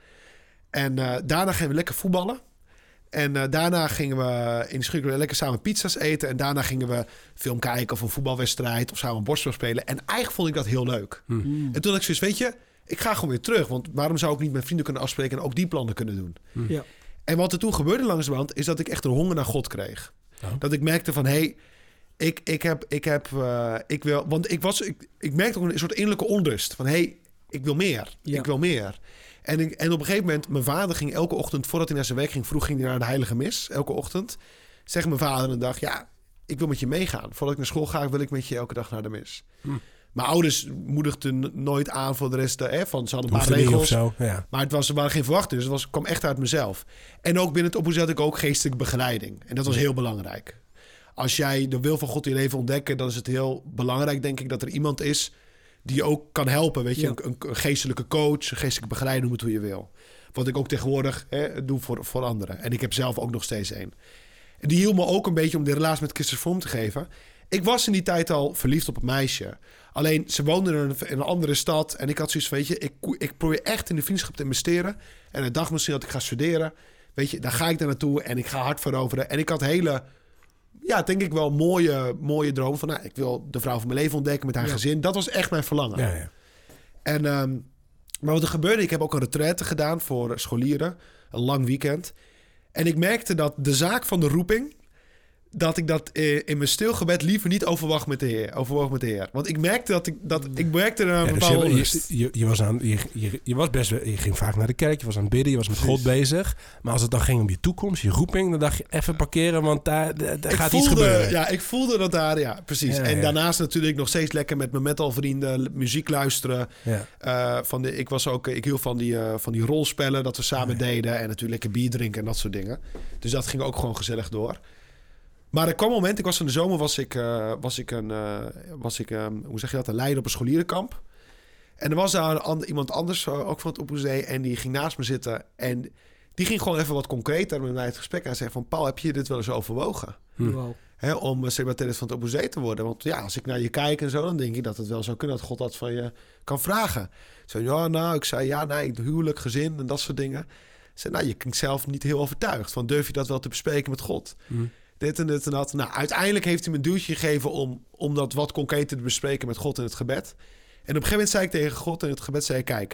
En uh, daarna gingen we lekker voetballen. En uh, daarna gingen we in de schuur lekker samen pizza's eten. En daarna gingen we film kijken of een voetbalwedstrijd... of samen een bordspel spelen. En eigenlijk vond ik dat heel leuk. Mm. En toen had ik zoiets, weet je... ik ga gewoon weer terug. Want waarom zou ik niet met vrienden kunnen afspreken... en ook die plannen kunnen doen? Ja. En wat er toen gebeurde langzamerhand... is dat ik echt een honger naar God kreeg. Oh. Dat ik merkte van... Hey, ik, ik heb... Ik heb uh, ik wil, want ik, was, ik, ik merkte ook een soort innerlijke onrust. Van, hey, ik wil meer. Ja. Ik wil meer. En, ik, en op een gegeven moment, mijn vader ging elke ochtend... voordat hij naar zijn werk ging, vroeg ging hij naar de heilige mis. Elke ochtend. Zegt mijn vader een dag... ja, ik wil met je meegaan. Voordat ik naar school ga, wil ik met je elke dag naar de mis. Hm. Mijn ouders moedigden nooit aan voor de rest... Hè, van, ze hadden een Hoefde paar niet of regels. zo. Ja. Maar het was, er waren geen verwachtingen. Dus het was, kwam echt uit mezelf. En ook binnen het Opus had ik ook geestelijke begeleiding. En dat was heel belangrijk. Als jij de wil van God in je leven ontdekken... dan is het heel belangrijk, denk ik, dat er iemand is... die je ook kan helpen, weet je. Ja. Een, een geestelijke coach, een geestelijke begeleider, noem het hoe je wil. Wat ik ook tegenwoordig hè, doe voor, voor anderen. En ik heb zelf ook nog steeds één. En die hielp me ook een beetje om de relatie met Christus vorm te geven. Ik was in die tijd al verliefd op een meisje. Alleen, ze woonde in een, in een andere stad. En ik had zoiets van, weet je, ik, ik probeer echt in de vriendschap te investeren. En ik dacht misschien dat ik ga studeren. Weet je, dan ga ik daar naartoe en ik ga hard veroveren. En ik had hele... Ja, denk ik wel mooie, mooie droom van... Nou, ik wil de vrouw van mijn leven ontdekken met haar Ja. gezin. Dat was echt mijn verlangen. Ja, ja. En, um, maar wat er gebeurde... Ik heb ook een retraite gedaan voor scholieren. Een lang weekend. En ik merkte dat de zaak van de roeping... dat ik dat in mijn stilgebed liever niet overwacht met de Heer. Overwoog met de Heer. Want ik merkte dat ik... Dat, ik merkte er een Ja, dus bepaalde je, onrust. je, je, je was aan, je, je, je was best wel, je ging vaak naar de kerk, je was aan het bidden, je was met Precies. God bezig. Maar als het dan ging om je toekomst, je roeping, dan dacht je even parkeren, want daar, daar daar Ik gaat voelde, iets gebeuren. Ja, ik voelde dat daar... Ja, precies. Ja, en ja. daarnaast natuurlijk nog steeds lekker met mijn metalvrienden... muziek luisteren. Ja. Uh, van de, ik was ook, ik hield van die, uh, van die rolspellen dat we samen Ja. deden. En natuurlijk lekker bier drinken en dat soort dingen. Dus dat ging ook gewoon gezellig door. Maar er kwam een moment, ik was in de zomer, was ik, uh, was ik, een, uh, was ik um, hoe zeg je dat, een leider op een scholierenkamp. En er was daar een ander, iemand anders, uh, ook van het Opus Dei, en die ging naast me zitten. En die ging gewoon even wat concreter met mij het gesprek aan. Hij zei van, Paul, heb je dit wel eens overwogen? Hm. Wow. Hè, om uh, secretaris van het Opus Dei te worden. Want ja, als ik naar je kijk en zo, dan denk ik dat het wel zou kunnen dat God dat van je kan vragen. Ik zei, ja, nou, ik zei, ja, nee, huwelijk, gezin en dat soort dingen. Ik zei, nou, je klinkt zelf niet heel overtuigd. Van, durf je dat wel te bespreken met God? Hm. Dit en dit en dat. Nou, uiteindelijk heeft hij me een duwtje gegeven om, om dat wat concreter te bespreken met God in het gebed. En op een gegeven moment zei ik tegen God in het gebed, zei ik, kijk,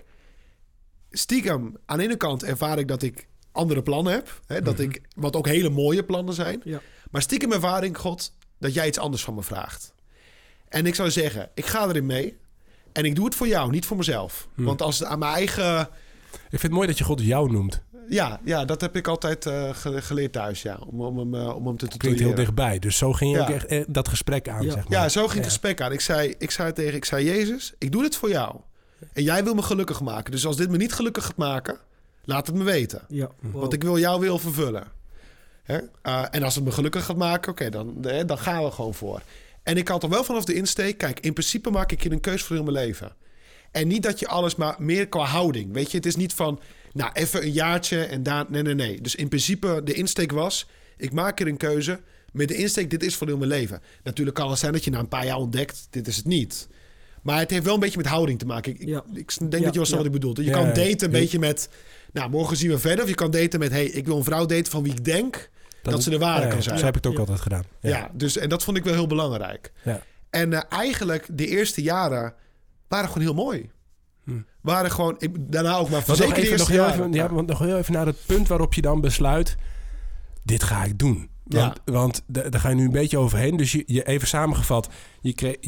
stiekem, aan de ene kant ervaar ik dat ik andere plannen heb. Hè, dat Mhm. ik, wat ook hele mooie plannen zijn. Ja. Maar stiekem ervaar ik, God, dat jij iets anders van me vraagt. En ik zou zeggen, ik ga erin mee. En ik doe het voor jou, niet voor mezelf. Hm. Want als het aan mijn eigen... Ik vind het mooi dat je God jou noemt. Ja, ja dat heb ik altijd uh, ge- geleerd thuis, ja. Om, om, hem, uh, om hem te Klinkt tutoyeren. heel dichtbij. Dus zo ging je Ja. ook echt, eh, dat gesprek aan, Ja. zeg maar. Ja, zo ging het Ja. gesprek aan. Ik zei, ik zei tegen, ik zei, Jezus, ik doe dit voor jou. En jij wil me gelukkig maken. Dus als dit me niet gelukkig gaat maken, laat het me weten. Ja. Wow. Want ik wil jouw wil vervullen. Hè? Uh, en als het me gelukkig gaat maken, oké, okay, dan, eh, dan gaan we gewoon voor. En ik had er wel vanaf de insteek, kijk, in principe maak ik hier een keus voor heel mijn leven. En niet dat je alles, maar meer qua houding. Weet je, het is niet van, nou, even een jaartje en daar, nee, nee, nee. Dus in principe, de insteek was, ik maak er een keuze met de insteek, dit is voor heel mijn leven. Natuurlijk kan het zijn dat je na een paar jaar ontdekt, dit is het niet. Maar het heeft wel een beetje met houding te maken. Ik, Ja. ik, ik denk Ja, dat je wel snapt ja. wat ik bedoel. Je Ja, kan ja. daten een Ja. beetje met, nou, morgen zien we verder. Of je kan daten met, hey, ik wil een vrouw daten van wie ik denk dat, het- ze de ware ja, kan ja, zijn. Zo heb ik het ook Ja. altijd gedaan. Ja. Ja. dus en dat vond ik wel heel belangrijk. Ja. En uh, eigenlijk de eerste jaren waren gewoon heel mooi. Hm. Waren gewoon, ik, daarna ook maar Want nog zeker de even, nog eerste heel jaren. even, ja, want nog heel even naar het punt waarop je dan besluit, dit ga ik doen. Want, Ja. want d- daar ga je nu een beetje overheen. Dus je, je even samengevat, je, kreeg, je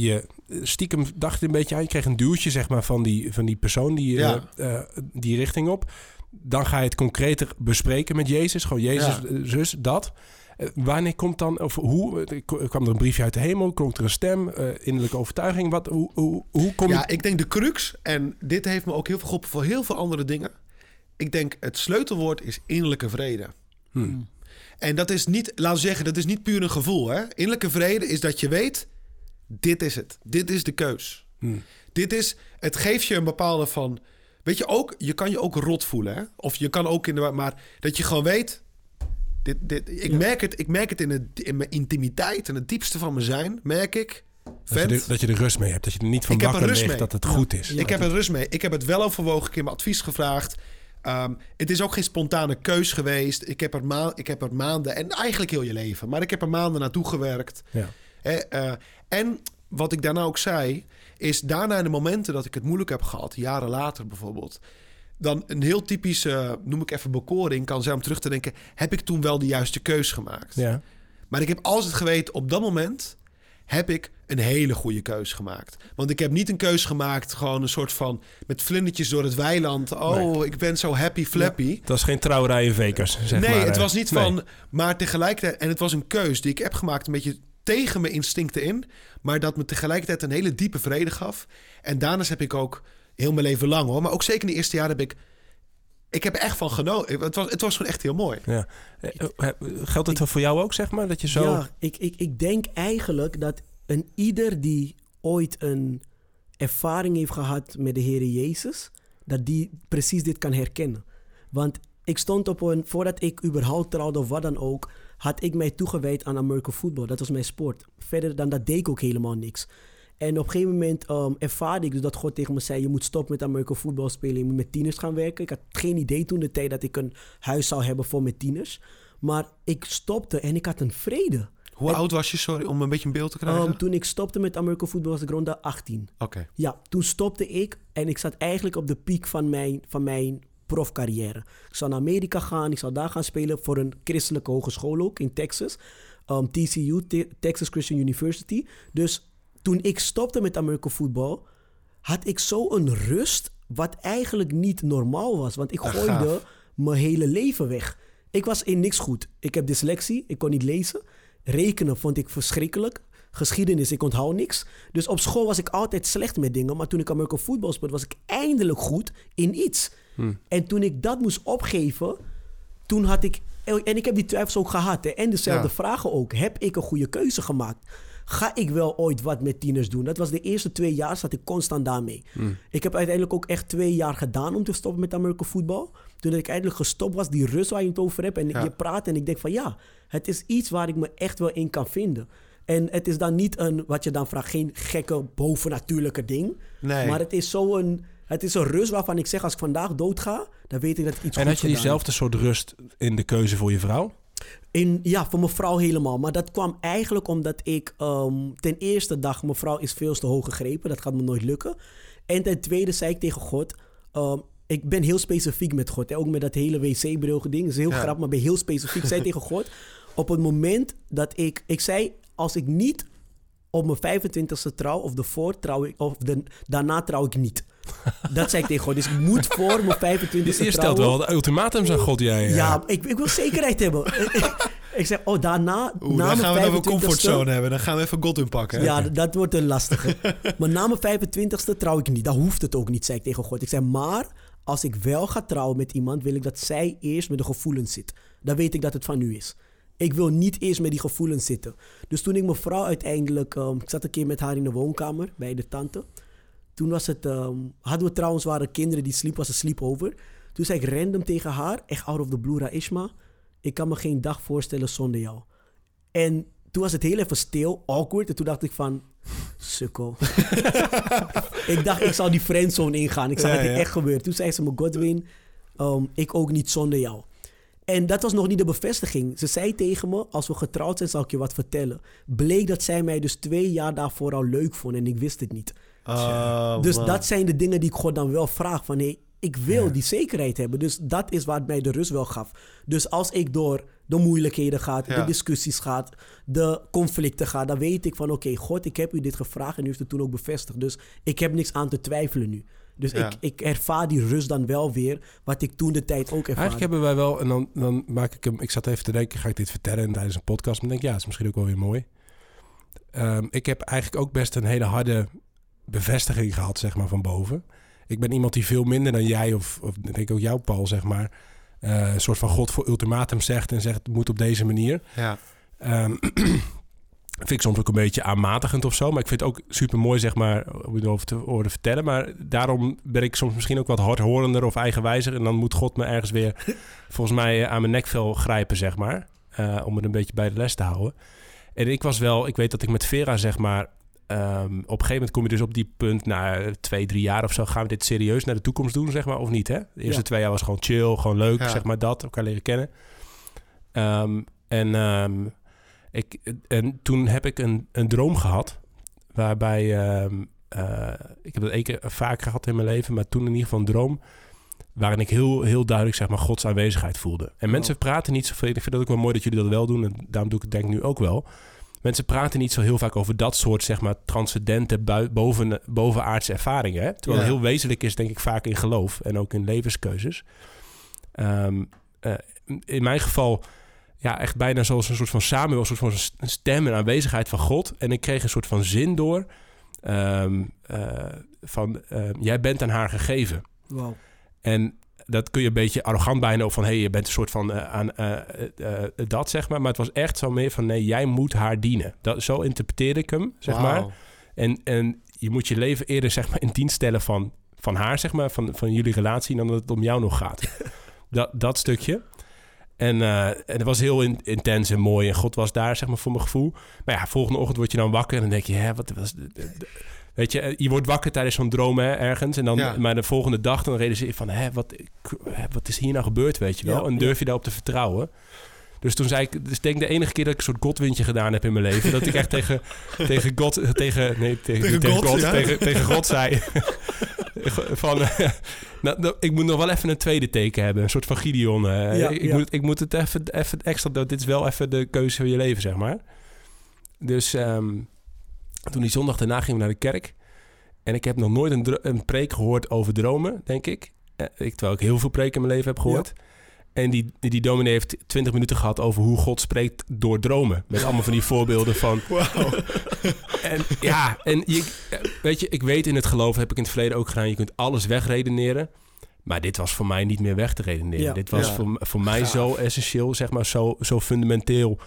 stiekem dacht je een beetje aan. Je kreeg een duwtje zeg maar, van, die, van die persoon die, Ja. uh, uh, die richting op. Dan ga je het concreter bespreken met Jezus. Gewoon Jezus, Ja. uh, zus, dat. Uh, wanneer komt dan, of hoe, uh, kwam er een briefje uit de hemel? Klonk er een stem? Uh, innerlijke overtuiging? Wat, hoe, hoe, hoe kom je... Ja, ik denk de crux, en dit heeft me ook heel veel geholpen voor heel veel andere dingen. Ik denk het sleutelwoord is innerlijke vrede. Hmm. En dat is niet, laten we zeggen, dat is niet puur een gevoel. Hè? Innerlijke vrede is dat je weet, dit is het. Dit is de keus. Hmm. Dit is, het geeft je een bepaalde van, weet je ook, je kan je ook rot voelen. Hè? Of je kan ook in de, maar dat je gewoon weet, dit, dit, ik, Ja. merk het, ik merk het in, het in mijn intimiteit, in het diepste van mijn zijn, merk ik, Dat je, vent, er, dat je er rust mee hebt. Dat je er niet van Ik heb er wakker rust ligt mee. dat het Ja. goed is. Ja. ik heb er rust mee. Ik heb het wel overwogen, ik heb mijn advies gevraagd. Um, het is ook geen spontane keus geweest. Ik heb, er ma- ik heb er maanden, en eigenlijk heel je leven, maar ik heb er maanden naartoe gewerkt. Ja. Hè, uh, en wat ik daarna ook zei, is daarna in de momenten dat ik het moeilijk heb gehad, jaren later bijvoorbeeld, dan een heel typische, noem ik even bekoring, kan zijn om terug te denken, heb ik toen wel de juiste keus gemaakt? Ja. Maar ik heb altijd geweten, op dat moment heb ik een hele goede keus gemaakt. Want ik heb niet een keus gemaakt, gewoon een soort van met vlindertjes door het weiland. Oh, Nee. ik ben zo happy flappy. Het was geen trouwerij in Vekers, zeg nee, maar. het eh. was niet Nee. van, maar tegelijkertijd, en het was een keus die ik heb gemaakt, een beetje tegen mijn instincten in, maar dat me tegelijkertijd een hele diepe vrede gaf. En daarna heb ik ook heel mijn leven lang hoor, maar ook zeker in de eerste jaren heb ik, ik heb er echt van genoten. Het was, het was gewoon echt heel mooi. Ja. Eh, eh, Geldt het voor jou ook, zeg maar? Dat je zo... Ja, ik, ik, ik denk eigenlijk dat een ieder die ooit een ervaring heeft gehad met de Heer Jezus, dat die precies dit kan herkennen. Want ik stond op een, voordat ik überhaupt trouwde of wat dan ook, had ik mij toegewijd aan American football. Dat was mijn sport. Verder dan dat deed ik ook helemaal niks. En op een gegeven moment um, ervaarde ik dus dat God tegen me zei, je moet stoppen met American football spelen, je moet met tieners gaan werken. Ik had geen idee toen de tijd dat ik een huis zou hebben voor met tieners. Maar ik stopte en ik had een vrede. Hoe Het- oud was je, sorry, om een beetje een beeld te krijgen? Um, toen ik stopte met American football was ik rond de achttien. Oké. Ja, toen stopte ik en ik zat eigenlijk op de piek van mijn, van mijn profcarrière. Ik zou naar Amerika gaan, ik zou daar gaan spelen voor een christelijke hogeschool ook in Texas. Um, T C U, Te- Texas Christian University. Dus toen ik stopte met American football, had ik zo een rust wat eigenlijk niet normaal was. Want ik Ah, gooide gaaf. mijn hele leven weg. Ik was in niks goed. Ik heb dyslexie, ik kon niet lezen. Rekenen vond ik verschrikkelijk. Geschiedenis, ik onthoud niks. Dus op school was ik altijd slecht met dingen. Maar toen ik American football speelde, was ik eindelijk goed in iets. Hmm. En toen ik dat moest opgeven, toen had ik... En ik heb die twijfels ook gehad. Hè, en dezelfde Ja. vragen ook. Heb ik een goede keuze gemaakt? Ga ik wel ooit wat met tieners doen? Dat was de eerste twee jaar, zat ik constant daarmee. Hmm. Ik heb uiteindelijk ook echt twee jaar gedaan om te stoppen met American football. Toen ik eindelijk gestopt was, die rust waar je het over hebt. En Ja. je praat en ik denk van ja, het is iets waar ik me echt wel in kan vinden. En het is dan niet een, wat je dan vraagt, geen gekke bovennatuurlijke ding. Nee. Maar het is zo een, het is een rust waarvan ik zeg, als ik vandaag doodga, dan weet ik dat ik iets En goed had je gedaan diezelfde soort rust in de keuze voor je vrouw? In, ja, voor mijn vrouw helemaal. Maar dat kwam eigenlijk omdat ik um, ten eerste dacht, mijn vrouw is veel te hoog gegrepen. Dat gaat me nooit lukken. En ten tweede zei ik tegen God, um, ik ben heel specifiek met God. Hè? Ook met dat hele wc-bril ding. Dat is heel Ja. grappig, maar ben heel specifiek. Ik zei tegen God, op het moment dat ik... Ik zei, als ik niet op mijn vijfentwintigste trouw of ervoor trouw ik... Of de, daarna trouw ik niet. Dat zei ik tegen God. Dus ik moet voor mijn vijfentwintigste Je trouwen. stelt wel de ultimatums aan God, jij. eh. Ja, ik, ik wil zekerheid hebben. Ik zeg, oh, daarna... Oeh, na dan mijn gaan we het over vijfentwintigste comfortzone hebben. Dan gaan we even God inpakken. hè? Ja, d- dat wordt een lastige. Maar na mijn vijfentwintigste trouw ik niet. Dat hoeft het ook niet, zei ik tegen God. Ik zei, maar als ik wel ga trouwen met iemand, wil ik dat zij eerst met de gevoelens zit. Dan weet ik dat het van u is. Ik wil niet eerst met die gevoelens zitten. Dus toen ik mijn vrouw uiteindelijk... Um, ik zat een keer met haar in de woonkamer, bij de tante. Toen was het... Um, hadden we trouwens, waren kinderen die sliepen, was een sleepover. Toen zei ik random tegen haar, echt out of the blue, Raishma, ik kan me geen dag voorstellen zonder jou. En toen was het heel even stil, awkward. En toen dacht ik van, sukkel. Ik dacht, ik zal die friendzone ingaan. Ik zag Ja, het ja. echt gebeuren. Toen zei ze me, Godwin, um, ik ook niet zonder jou. En dat was nog niet de bevestiging. Ze zei tegen me, als we getrouwd zijn, zal ik je wat vertellen. Bleek dat zij mij dus twee jaar daarvoor al leuk vond en ik wist het niet. Oh, Dus man. dat zijn de dingen die ik God dan wel vraag. Van, hey, ik wil Ja. die zekerheid hebben. Dus dat is wat mij de rust wel gaf. Dus als ik door de moeilijkheden ga, Ja. de discussies ga, de conflicten ga, dan weet ik van oké, God, ik heb u dit gevraagd en u heeft het toen ook bevestigd. Dus ik heb niks aan te twijfelen nu. Dus Ja. ik, ik ervaar die rust dan wel weer, wat ik toen de tijd ook ervaarde. Eigenlijk hebben wij wel, en dan, dan maak ik hem... Ik zat even te denken, ga ik dit vertellen tijdens een podcast? Maar ik denk, ja, het is misschien ook wel weer mooi. Um, ik heb eigenlijk ook best een hele harde bevestiging gehad, zeg maar, van boven. Ik ben iemand die veel minder dan jij, of, of denk ik ook jou, Paul, zeg maar... Uh, een soort van God voor ultimatum zegt en zegt, het moet op deze manier. Ja. Um, vind ik soms ook een beetje aanmatigend of zo. Maar ik vind het ook super mooi, zeg maar, om je over te horen vertellen. Maar daarom ben ik soms misschien ook wat hardhorender of eigenwijzer. En dan moet God me ergens weer, volgens mij, aan mijn nekvel grijpen, zeg maar. Uh, om het een beetje bij de les te houden. En ik was wel, ik weet dat ik met Vera, zeg maar... Um, op een gegeven moment kom je dus op die punt... na twee, drie jaar of zo... gaan we dit serieus naar de toekomst doen, zeg maar, of niet, hè? De eerste Ja. twee jaar was gewoon chill, gewoon leuk, Ja. zeg maar dat. Elkaar leren kennen. Um, en, um, ik, en toen heb ik een, een droom gehad... waarbij... Um, uh, ik heb dat één keer vaak gehad in mijn leven... maar toen in ieder geval een droom... waarin ik heel, heel duidelijk, zeg maar, Gods aanwezigheid voelde. En Oh. mensen praten niet zoveel... Ik vind dat ook wel mooi dat jullie dat wel doen... en daarom doe ik het denk ik nu ook wel... Mensen praten niet zo heel vaak over dat soort, zeg maar, transcendente, bui- boven, bovenaardse ervaringen. Hè? Terwijl Ja. het heel wezenlijk is, denk ik, vaak in geloof en ook in levenskeuzes. Um, uh, in mijn geval, ja, echt bijna zoals een soort van Samuel, een soort van een stem en aanwezigheid van God. En ik kreeg een soort van zin door um, uh, van, uh, jij bent aan haar gegeven. Wow. En dat kun je een beetje arrogant bijna of van... hé, hey, je bent een soort van uh, aan uh, uh, uh, dat, zeg maar. Maar het was echt zo meer van... nee, jij moet haar dienen. Dat, zo interpreteerde ik hem, zeg Wauw. maar. En, en je moet je leven eerder, zeg maar, in dienst stellen van, van haar, zeg maar. Van, van jullie relatie, dan dat het om jou nog gaat. dat, dat stukje. En, uh, en het was heel in, intens en mooi. En God was daar, zeg maar, voor mijn gevoel. Maar ja, volgende ochtend word je dan wakker... en dan denk je, hè, wat was... De, de, de, weet je, je wordt wakker tijdens zo'n droom, hè, ergens. En dan, Ja. maar de volgende dag, dan realiseer je van... Hè, wat, wat is hier nou gebeurd, weet je wel? Ja, en durf je daarop te vertrouwen? Dus toen zei ik... Dus ik denk de enige keer dat ik een soort godwindje gedaan heb in mijn leven... dat ik echt tegen, tegen God... Tegen, nee, tegen, Tegen tegen God, God, ja. tegen, tegen God zei... van, uh, nou, nou, ik moet nog wel even een tweede teken hebben. Een soort van Gideon. Uh, Ja, ik, ja. Moet, ik moet het even, even extra... Dit is wel even de keuze van je leven, zeg maar. Dus um, toen die zondag daarna gingen we naar de kerk... En ik heb nog nooit een, dro- een preek gehoord over dromen, denk ik. Eh, ik. Terwijl ik heel veel preken in mijn leven heb gehoord. Ja. En die, die, die dominee heeft twintig minuten gehad over hoe God spreekt door dromen. Met allemaal van die voorbeelden van... Wauw. En ja, en je, weet je, ik weet in het geloof, heb ik in het verleden ook gedaan... je kunt alles wegredeneren. Maar dit was voor mij niet meer weg te redeneren. Ja. Dit was Ja. voor, voor mij Gaaf. zo essentieel, zeg maar, zo, zo fundamenteel...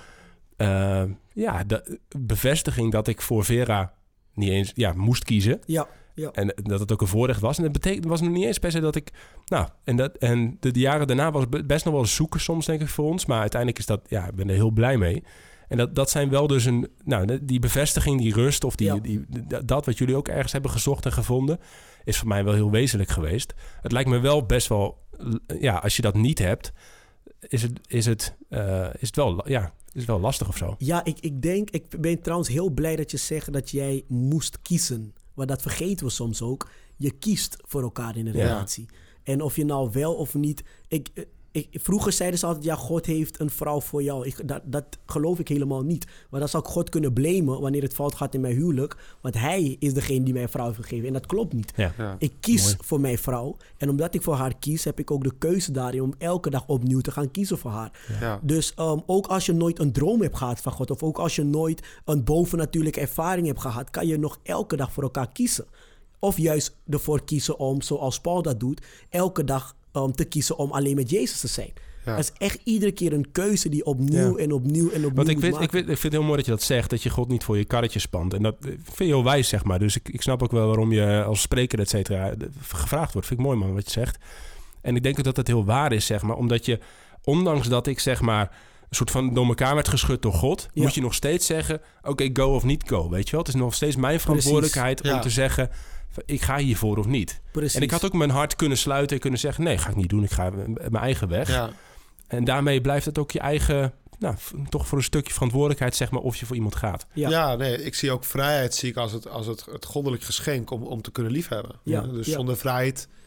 Uh, ja, de bevestiging dat ik voor Vera... niet eens ja, moest kiezen. Ja, ja. En dat het ook een voorrecht was. En dat betekent, was nog niet eens per se dat ik... Nou, en, dat, en de, de jaren daarna was het best nog wel zoeken soms, denk ik, voor ons. Maar uiteindelijk is dat... Ja, ik ben er heel blij mee. En dat, dat zijn wel dus een... Nou, die bevestiging, die rust of die, Ja. die, dat wat jullie ook ergens hebben gezocht en gevonden... is voor mij wel heel wezenlijk geweest. Het lijkt me wel best wel... Ja, als je dat niet hebt... is het, is het, uh, is het wel... Ja, is wel lastig of zo. Ja, ik, ik denk... Ik ben trouwens heel blij dat je zegt dat jij moest kiezen. Want dat vergeten we soms ook. Je kiest voor elkaar in een Ja. relatie. En of je nou wel of niet... Ik, ik, vroeger zeiden ze altijd... Ja, God heeft een vrouw voor jou. Ik, dat, dat geloof ik helemaal niet. Maar dan zou ik God kunnen blamen... wanneer het fout gaat in mijn huwelijk. Want hij is degene die mij een vrouw heeft gegeven. En dat klopt niet. Ja. Ja. Ik kies Mooi. voor mijn vrouw. En omdat ik voor haar kies... heb ik ook de keuze daarin... om elke dag opnieuw te gaan kiezen voor haar. Ja. Dus um, ook als je nooit een droom hebt gehad van God... of ook als je nooit een bovennatuurlijke ervaring hebt gehad... kan je nog elke dag voor elkaar kiezen. Of juist ervoor kiezen om, zoals Paul dat doet... elke dag um, te kiezen om alleen met Jezus te zijn. Ja. Dat is echt iedere keer een keuze die opnieuw Ja. en opnieuw en opnieuw Want ik, moet weet, maken. ik, weet, ik vind het heel mooi dat je dat zegt, dat je God niet voor je karretje spant. En dat vind je heel wijs, zeg maar. Dus ik, ik snap ook wel waarom je als spreker, et cetera, gevraagd wordt. Vind ik mooi, man, wat je zegt. En ik denk ook dat dat heel waar is, zeg maar. Omdat je, ondanks dat ik, zeg maar, een soort van door elkaar werd geschud door God... Ja. moet je nog steeds zeggen, oké, okay, go of niet go, weet je wel? Het is nog steeds mijn verantwoordelijkheid Ja. om te zeggen... ik ga hiervoor of niet. Precies. En ik had ook mijn hart kunnen sluiten en kunnen zeggen... nee, ga ik niet doen, ik ga mijn eigen weg. Ja. En daarmee blijft het ook je eigen... nou, toch voor een stukje verantwoordelijkheid, zeg maar... of je voor iemand gaat. Ja. Ja. nee, ik zie ook vrijheid zie ik als het, als het, het goddelijk geschenk om, om te kunnen liefhebben. Ja, Dus ja. zonder vrijheid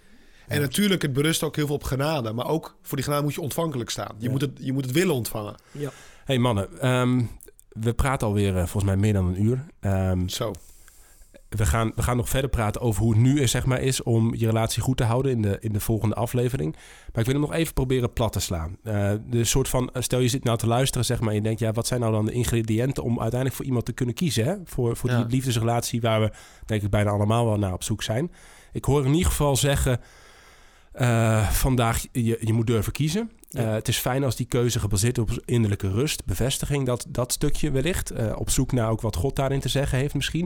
En natuurlijk, het berust ook heel veel op genade. Maar ook voor die genade moet je ontvankelijk staan. Je, Ja. moet, het, je moet het willen ontvangen. Ja. Hey mannen, um, we praten alweer uh, volgens mij meer dan een uur. Um, Zo. we, gaan, we gaan nog verder praten over hoe het nu is, zeg maar, is om je relatie goed te houden in de, in de volgende aflevering. Maar ik wil hem nog even proberen plat te slaan. Uh, de soort van, stel je zit nou te luisteren, zeg maar, en je denkt, ja, wat zijn nou dan de ingrediënten om uiteindelijk voor iemand te kunnen kiezen, hè? Voor, voor Ja. die liefdesrelatie waar we, denk ik, bijna allemaal wel naar op zoek zijn. Ik hoor in ieder geval zeggen, uh, vandaag, je, je moet durven kiezen. Ja. Uh, het is fijn als die keuze gebaseerd op innerlijke rust, bevestiging, dat, dat stukje wellicht. Uh, op zoek naar ook wat God daarin te zeggen heeft misschien.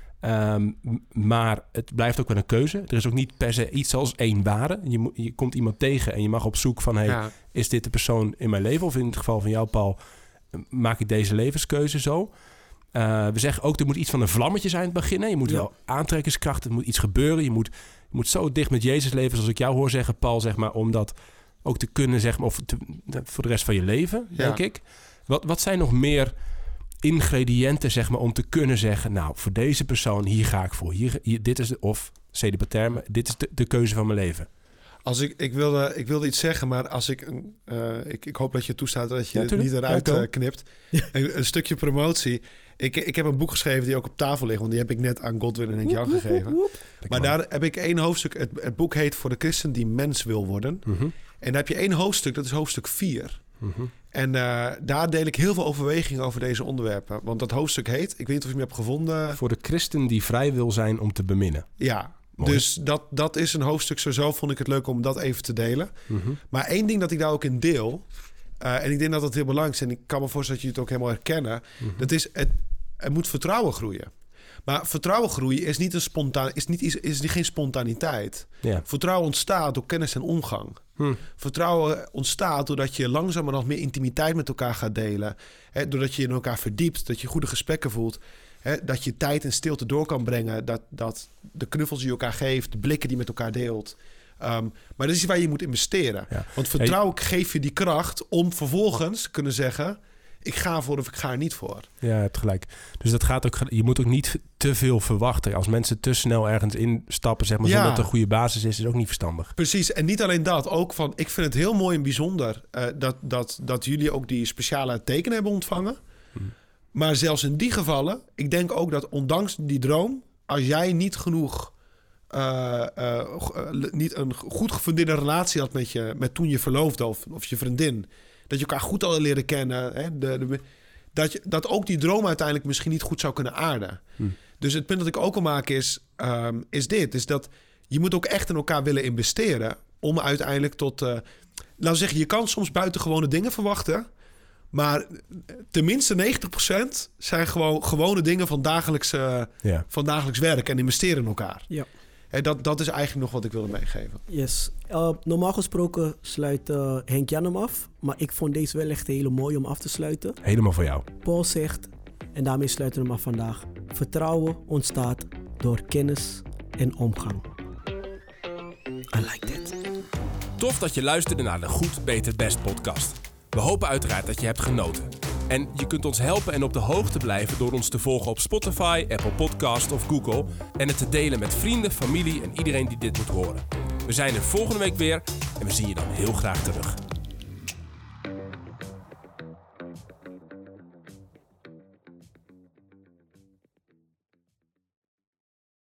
Um, maar het blijft ook wel een keuze. Er is ook niet per se iets als één ware. Je, mo- je komt iemand tegen en je mag op zoek van... Hey, Ja. is dit de persoon in mijn leven? Of in het geval van jou, Paul, maak ik deze levenskeuze zo? Uh, we zeggen ook, er moet iets van een vlammetje zijn in het begin. Hè? Je moet Ja. wel aantrekkingskracht, er moet iets gebeuren. Je moet, je moet zo dicht met Jezus leven, zoals ik jou hoor zeggen, Paul, zeg maar, om dat ook te kunnen, zeg maar, of te, voor de rest van je leven, Ja. denk ik. Wat, wat zijn nog meer ingrediënten, zeg maar, om te kunnen zeggen, nou, voor deze persoon, hier ga ik voor. Hier, hier, dit is de, of celibatair, maar dit is de, de keuze van mijn leven. Als ik, ik, wilde, ik wilde iets zeggen, maar als ik, een, uh, ik... Ik hoop dat je toestaat dat je Ja, het tuurlijk. niet eruit Ja, uh, knipt. een, een stukje promotie. Ik, ik heb een boek geschreven die ook op tafel ligt, want die heb ik net aan Godwin en Henk Jan gegeven. Maar daar heb ik één hoofdstuk. Het, het boek heet Voor de Christen die mens wil worden. Mm-hmm. En daar heb je één hoofdstuk, dat is hoofdstuk vier. Mm-hmm. En uh, daar deel ik heel veel overwegingen over deze onderwerpen. Want dat hoofdstuk heet, ik weet niet of je hem hebt gevonden. Voor de christen die vrij wil zijn om te beminnen. Ja, Mooi. dus dat, dat is een hoofdstuk. Sowieso vond ik het leuk om dat even te delen. Mm-hmm. Maar één ding dat ik daar ook in deel, uh, en ik denk dat dat heel belangrijk is, en ik kan me voorstellen dat jullie het ook helemaal herkennen, Mm-hmm. dat is, het, er moet vertrouwen groeien. Maar vertrouwen groeien is, niet een spontaan, is, niet, is, is geen spontaniteit. Ja. Vertrouwen ontstaat door kennis en omgang. Hm. Vertrouwen ontstaat doordat je langzamerhand meer intimiteit met elkaar gaat delen. Hè, doordat je in elkaar verdiept, dat je goede gesprekken voelt. Hè, dat je tijd en stilte door kan brengen. Dat, dat de knuffels die je elkaar geeft, de blikken die je met elkaar deelt. Um, maar dat is waar je moet investeren. Ja. Want vertrouwen geeft je die kracht om vervolgens te kunnen zeggen, ik ga voor of ik ga er niet voor. Ja, je hebt gelijk. Dus dat gaat ook, je moet ook niet te veel verwachten. Als mensen te snel ergens instappen, zeg maar, Ja. zonder dat er een goede basis is, is ook niet verstandig. Precies, en niet alleen dat. Ook van, ik vind het heel mooi en bijzonder uh, dat, dat, dat jullie ook die speciale tekenen hebben ontvangen. Hmm. Maar zelfs in die gevallen, ik denk ook dat ondanks die droom, als jij niet genoeg, uh, uh, uh, niet een goed gefundeerde relatie had met je, met toen je verloofde of, of je vriendin, dat je elkaar goed hadden leren kennen, hè, de, de, dat, je, dat ook die droom uiteindelijk misschien niet goed zou kunnen aarden. Hmm. Dus het punt dat ik ook wil maken is, um, is dit, is dat je moet ook echt in elkaar willen investeren om uiteindelijk tot, uh, laten we zeggen, je kan soms buitengewone dingen verwachten, maar tenminste negentig procent zijn gewoon gewone dingen van dagelijks, uh, Ja. van dagelijks werk en investeren in elkaar. Ja. En dat, dat is eigenlijk nog wat ik wilde meegeven. Yes. Uh, normaal gesproken sluit uh, Henk Jan hem af. Maar ik vond deze wel echt heel mooi om af te sluiten. Helemaal voor jou. Paul zegt, en daarmee sluiten we hem af vandaag. Vertrouwen ontstaat door kennis en omgang. I like that. Tof dat je luisterde naar de Goed, Beter, Best podcast. We hopen uiteraard dat je hebt genoten. En je kunt ons helpen en op de hoogte blijven door ons te volgen op Spotify, Apple Podcast of Google en het te delen met vrienden, familie en iedereen die dit moet horen. We zijn er volgende week weer en we zien je dan heel graag terug.